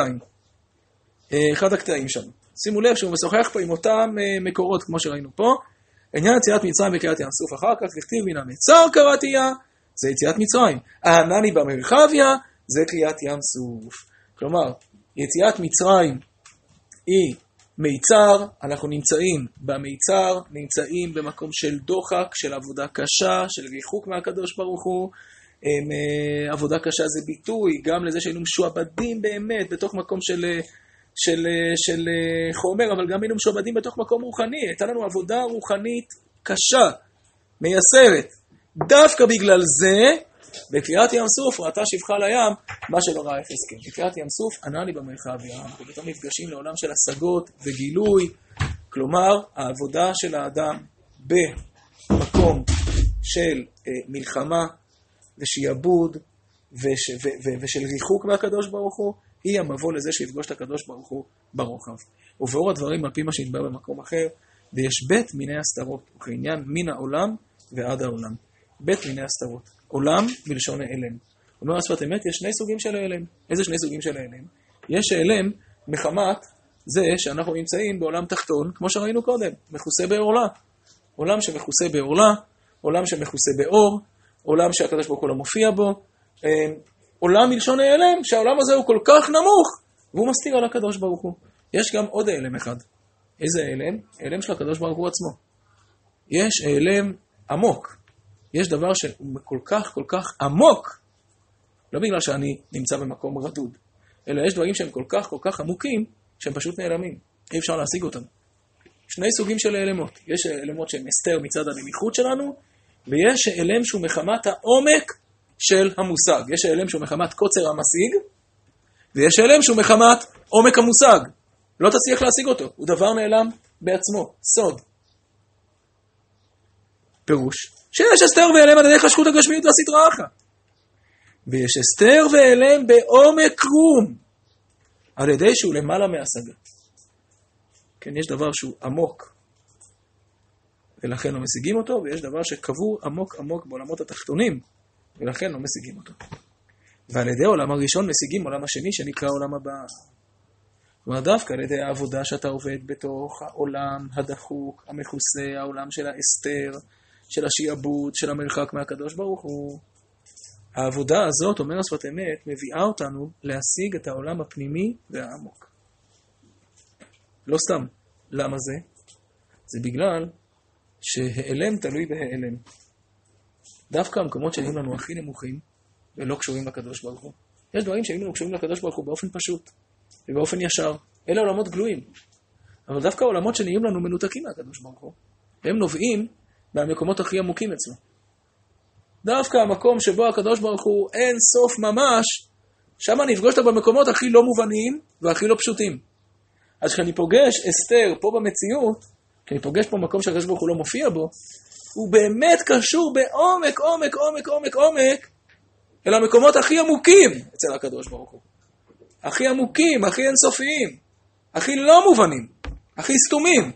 אחד הקטעים שם. שימו לב שהוא משוחח פה עם אותם מקורות כמו שראינו פה. עניין יציאת מצרים וקריאת ים סוף. אחר כך לכתיב מן המצר קראתיה, זה יציאת מצרים. הענני במרחביה, זה קריאת ים סוף. כלומר, יציאת מצרים היא מיצר, אנחנו נמצאים במיצר, נמצאים במקום של דוחק, של עבודה קשה, של ריחוק מהקדוש ברוך הוא. עבודה קשה זה ביטוי גם לזה שהיינו משועבדים באמת בתוך מקום של חומר, אבל גם היינו משועבדים בתוך מקום רוחני. הייתה לנו עבודה רוחנית קשה, מייסרת. דווקא בגלל זה, בקריאת ים סוף ראתה שפחה לים, מה שלא ראה יחזקאל. בקריאת ים סוף ענני במרחביה. אנחנו פתאום נפגשים לעולם של השגות וגילוי. כלומר, העבודה של האדם במקום של מלחמה ושיעבוד ושל ריחוק מהקדוש ברוך הוא, היא המבוא לזה שיפגוש את הקדוש ברוך הוא ברוחב. ובאור הדברים על פי מה שהתבהר במקום אחר, ויש בית מיני הסתרות, וכעניין מן העולם ועד העולם. בית מיני הסתרות. עולם מלשון העלם. אומר השפת אמת, יש 2 סוגים של העלם. איזה 2 סוגים של העלם? יש העלם מחמת זה שאנחנו נמצאים בעולם תחתון, כמו שראינו קודם, מכוסה בעורלה. עולם שמכוסה בעורלה, עולם שמכוסה באור, עולם שהקדוש ברוך הוא לא מופיע בו, עולם מלשון העלם, שהעולם הזה הוא כל כך נמוך, והוא מסתיר על הקדוש ברוך הוא. יש גם עוד העלם אחד. איזה העלם? העלם של הקדוש ברוך הוא עצמו. יש העלם עמוק. יש דבר שהוא כל כך עמוק, לא בגלל שאני נמצא במקום רדוד, אלא יש דברים שהם כל כך עמוקים, שהם פשוט נעלמים. אי אפשר להשיג אותם. 2 סוגים של העלמות. יש העלמות שהם הסתר מצד הנמיכות שלנו, ויש העלם שהוא מחמת העומק של המושג. יש העלם שהוא מחמת קוצר המשיג, ויש העלם שהוא מחמת עומק המושג. לא תצליח להשיג אותו. הוא דבר נעלם בעצמו. סוד. פירוש. שיש הסתר והעלם על ידי חשכות הגשמיות והסטרא אחרא. ויש הסתר והיעלם בעומק קרום, על ידי שהוא למעלה מהשגה. כן, יש דבר שהוא עמוק, ולכן לא משיגים אותו, ויש דבר שקבור עמוק עמוק בעולמות התחתונים, ולכן לא משיגים אותו. ועל ידי העולם הראשון משיגים עולם השני שנקרא עולם הבא. זאת אומרת, דווקא על ידי העבודה שאתה עובד בתוך העולם הדחוק, המכוסה, העולם של ההסתר, של השיעבוד, של המרחק מהקדוש ברוך הוא. העבודה הזאת, אומר השפת אמת, מביאה אותנו להשיג את העולם הפנימי והעמוק. לא סתם. למה זה? זה בגלל שהעלם תלוי בהעלם. דווקא המקומות שנראים לנו הכי נמוכים, ולא קשורים לקדוש ברוך הוא. יש דברים שנראים לנו קשורים לקדוש ברוך הוא באופן פשוט, ובאופן ישר. אלה עולמות גלויים. אבל דווקא העולמות שנראים לנו מנותקים מהקדוש ברוך הוא, הם נובעים מהמקומות הכי עמוקים אצלו. דווקא המקום שבו הקדוש ברוך הוא אין סוף ממש, שם נפגוש אותו במקומות הכי לא מובנים והכי לא פשוטים. אז כשאני פוגש אסתר פה במציאות, כשאני פוגש פה מקום שהקדוש ברוך הוא לא מופיע בו, הוא באמת קשור בעומק, עומק, עומק, עומק, עומק, אל המקומות הכי עמוקים אצל הקדוש ברוך הוא. הכי עמוקים, הכי אינסופיים, הכי לא מובנים, הכי סתומים.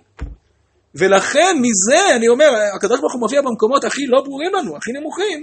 ולכן מזה אני אומר, הקדוש ברוך הוא מופיע במקומות הכי לא ברורים לנו, הכי נמוכים.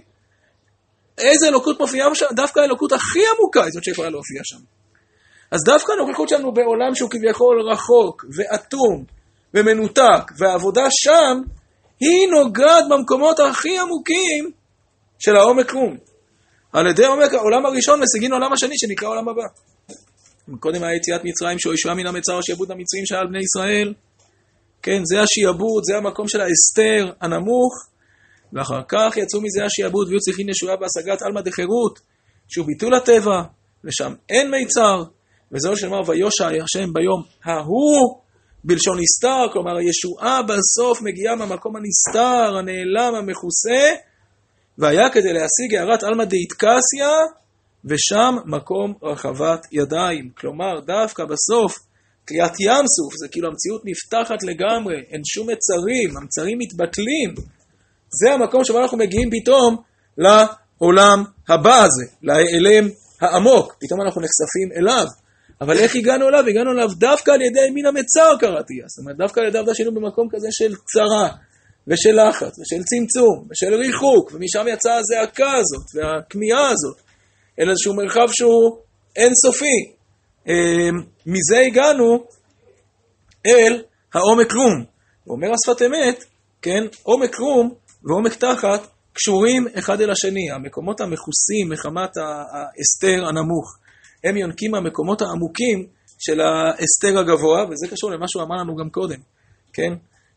איזה אלוקות מופיעה שם? דווקא האלוקות הכי עמוקה, זאת שיכולה להופיע שם. אז דווקא הנוכחות שלנו בעולם שהוא כביכול רחוק ואטום ומנותק, והעבודה שם היא נוגעת במקומות הכי עמוקים של העומק קרום. על ידי עומק העולם הראשון משיגים לעולם השני שנקרא עולם הבא. קודם היה יציאת מצרים שהוא ישועה מן המצר השיעבוד המצרים שהיה על בני ישראל. כן, זה השיעבוד, זה המקום של ההסתר הנמוך, ואחר כך יצאו מזה השיעבוד ויהיו צריכים ישועה בהשגת עלמא דחירות, שהוא ביטול הטבע, ושם אין מיצר, וזהו שנאמר ויושע השם ביום ההוא בלשון נסתר, כלומר הישועה בסוף מגיעה מהמקום הנסתר, הנעלם, המכוסה, והיה כדי להשיג הערת עלמא דאיטקסיה, ושם מקום רחבת ידיים. כלומר, דווקא בסוף, קריאת ים סוף, זה כאילו המציאות נפתחת לגמרי, אין שום מצרים, המצרים מתבטלים. זה המקום שבו אנחנו מגיעים פתאום לעולם הבא הזה, להיעלם העמוק. פתאום אנחנו נחשפים אליו. אבל איך הגענו אליו? הגענו אליו דווקא על ידי מין המצר קראתי. זאת אומרת, דווקא על ידי עבודה שהיינו במקום כזה של צרה, ושל לחץ, ושל צמצום, ושל ריחוק, ומשם יצאה הזעקה הזאת, והכמיהה הזאת, אל איזשהו מרחב שהוא אינסופי. מזה הגענו אל העומק קרום. ואומר השפת אמת, כן, עומק קרום ועומק תחת קשורים אחד אל השני. המקומות המכוסים מחמת ההסתר הנמוך, הם יונקים מהמקומות העמוקים של ההסתר הגבוה, וזה קשור למה שהוא אמר לנו גם קודם. כן?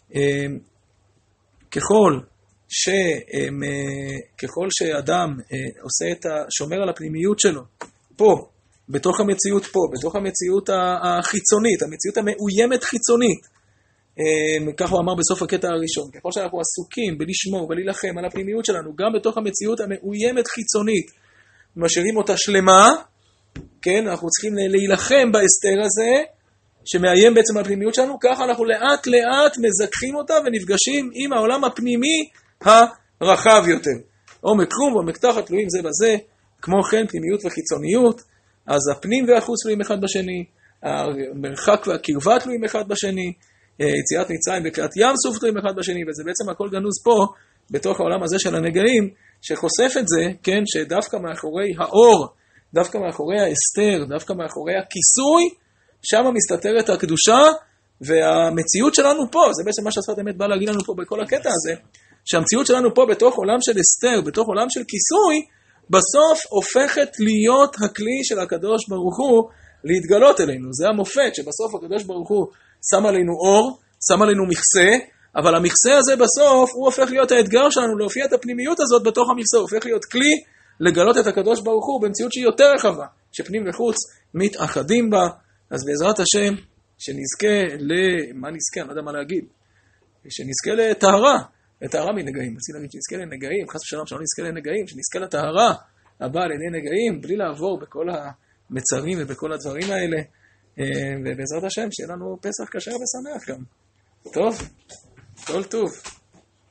ככל שאדם שומר על הפנימיות שלו, פה, בתוך המציאות פה, בתוך המציאות החיצונית, המציאות המאוימת חיצונית, כך הוא אמר בסוף הקטע הראשון, ככל שאנחנו עסוקים בלשמור ולהילחם על הפנימיות שלנו, גם בתוך המציאות המאוימת חיצונית, משאירים אותה שלמה, כן, אנחנו צריכים להילחם בהסתר הזה, שמאיים בעצם על הפנימיות שלנו, ככה אנחנו לאט לאט מזכחים אותה ונפגשים עם העולם הפנימי הרחב יותר. עומק קרום ועומק תחת תלויים זה בזה, כמו כן פנימיות וחיצוניות, אז הפנים והחוץ תלויים אחד בשני, המרחק והקרבה תלויים אחד בשני, יציאת מצרים וקריאת ים סוף תלויים אחד בשני, וזה בעצם הכל גנוז פה, בתוך העולם הזה של הנגעים, שחושף את זה, כן, שדווקא מאחורי האור, דווקא מאחורי ההסתר, דווקא מאחורי הכיסוי, שם מסתתרת הקדושה, והמציאות שלנו פה, זה בעצם מה שהשפת אמת בא להגיד לנו פה בכל הקטע הזה, שהמציאות שלנו פה בתוך עולם של הסתר, בתוך עולם של כיסוי, בסוף הופכת להיות הכלי של הקדוש ברוך הוא להתגלות אלינו. זה המופת שבסוף הקדוש ברוך הוא שם עלינו אור, שם עלינו מכסה, אבל המכסה הזה בסוף הוא הופך להיות האתגר שלנו להופיע את הפנימיות הזאת בתוך המכסה, הוא הופך להיות כלי לגלות את הקדוש ברוך הוא במציאות שהיא יותר רחבה, שפנים וחוץ מתאחדים בה. אז בעזרת השם שנזכה מה נזכה? אני לא יודע מה להגיד. שנזכה לטהרה, לטהרה מנגעים. רציתי להגיד שנזכה לנגעים, חס ושלום שלא נזכה לנגעים, שנזכה לטהרה הבאה על ידי נגעים, בלי לעבור בכל המצרים ובכל הדברים האלה. ובעזרת השם שיהיה לנו פסח כשר ושמח גם. טוב, כל טוב.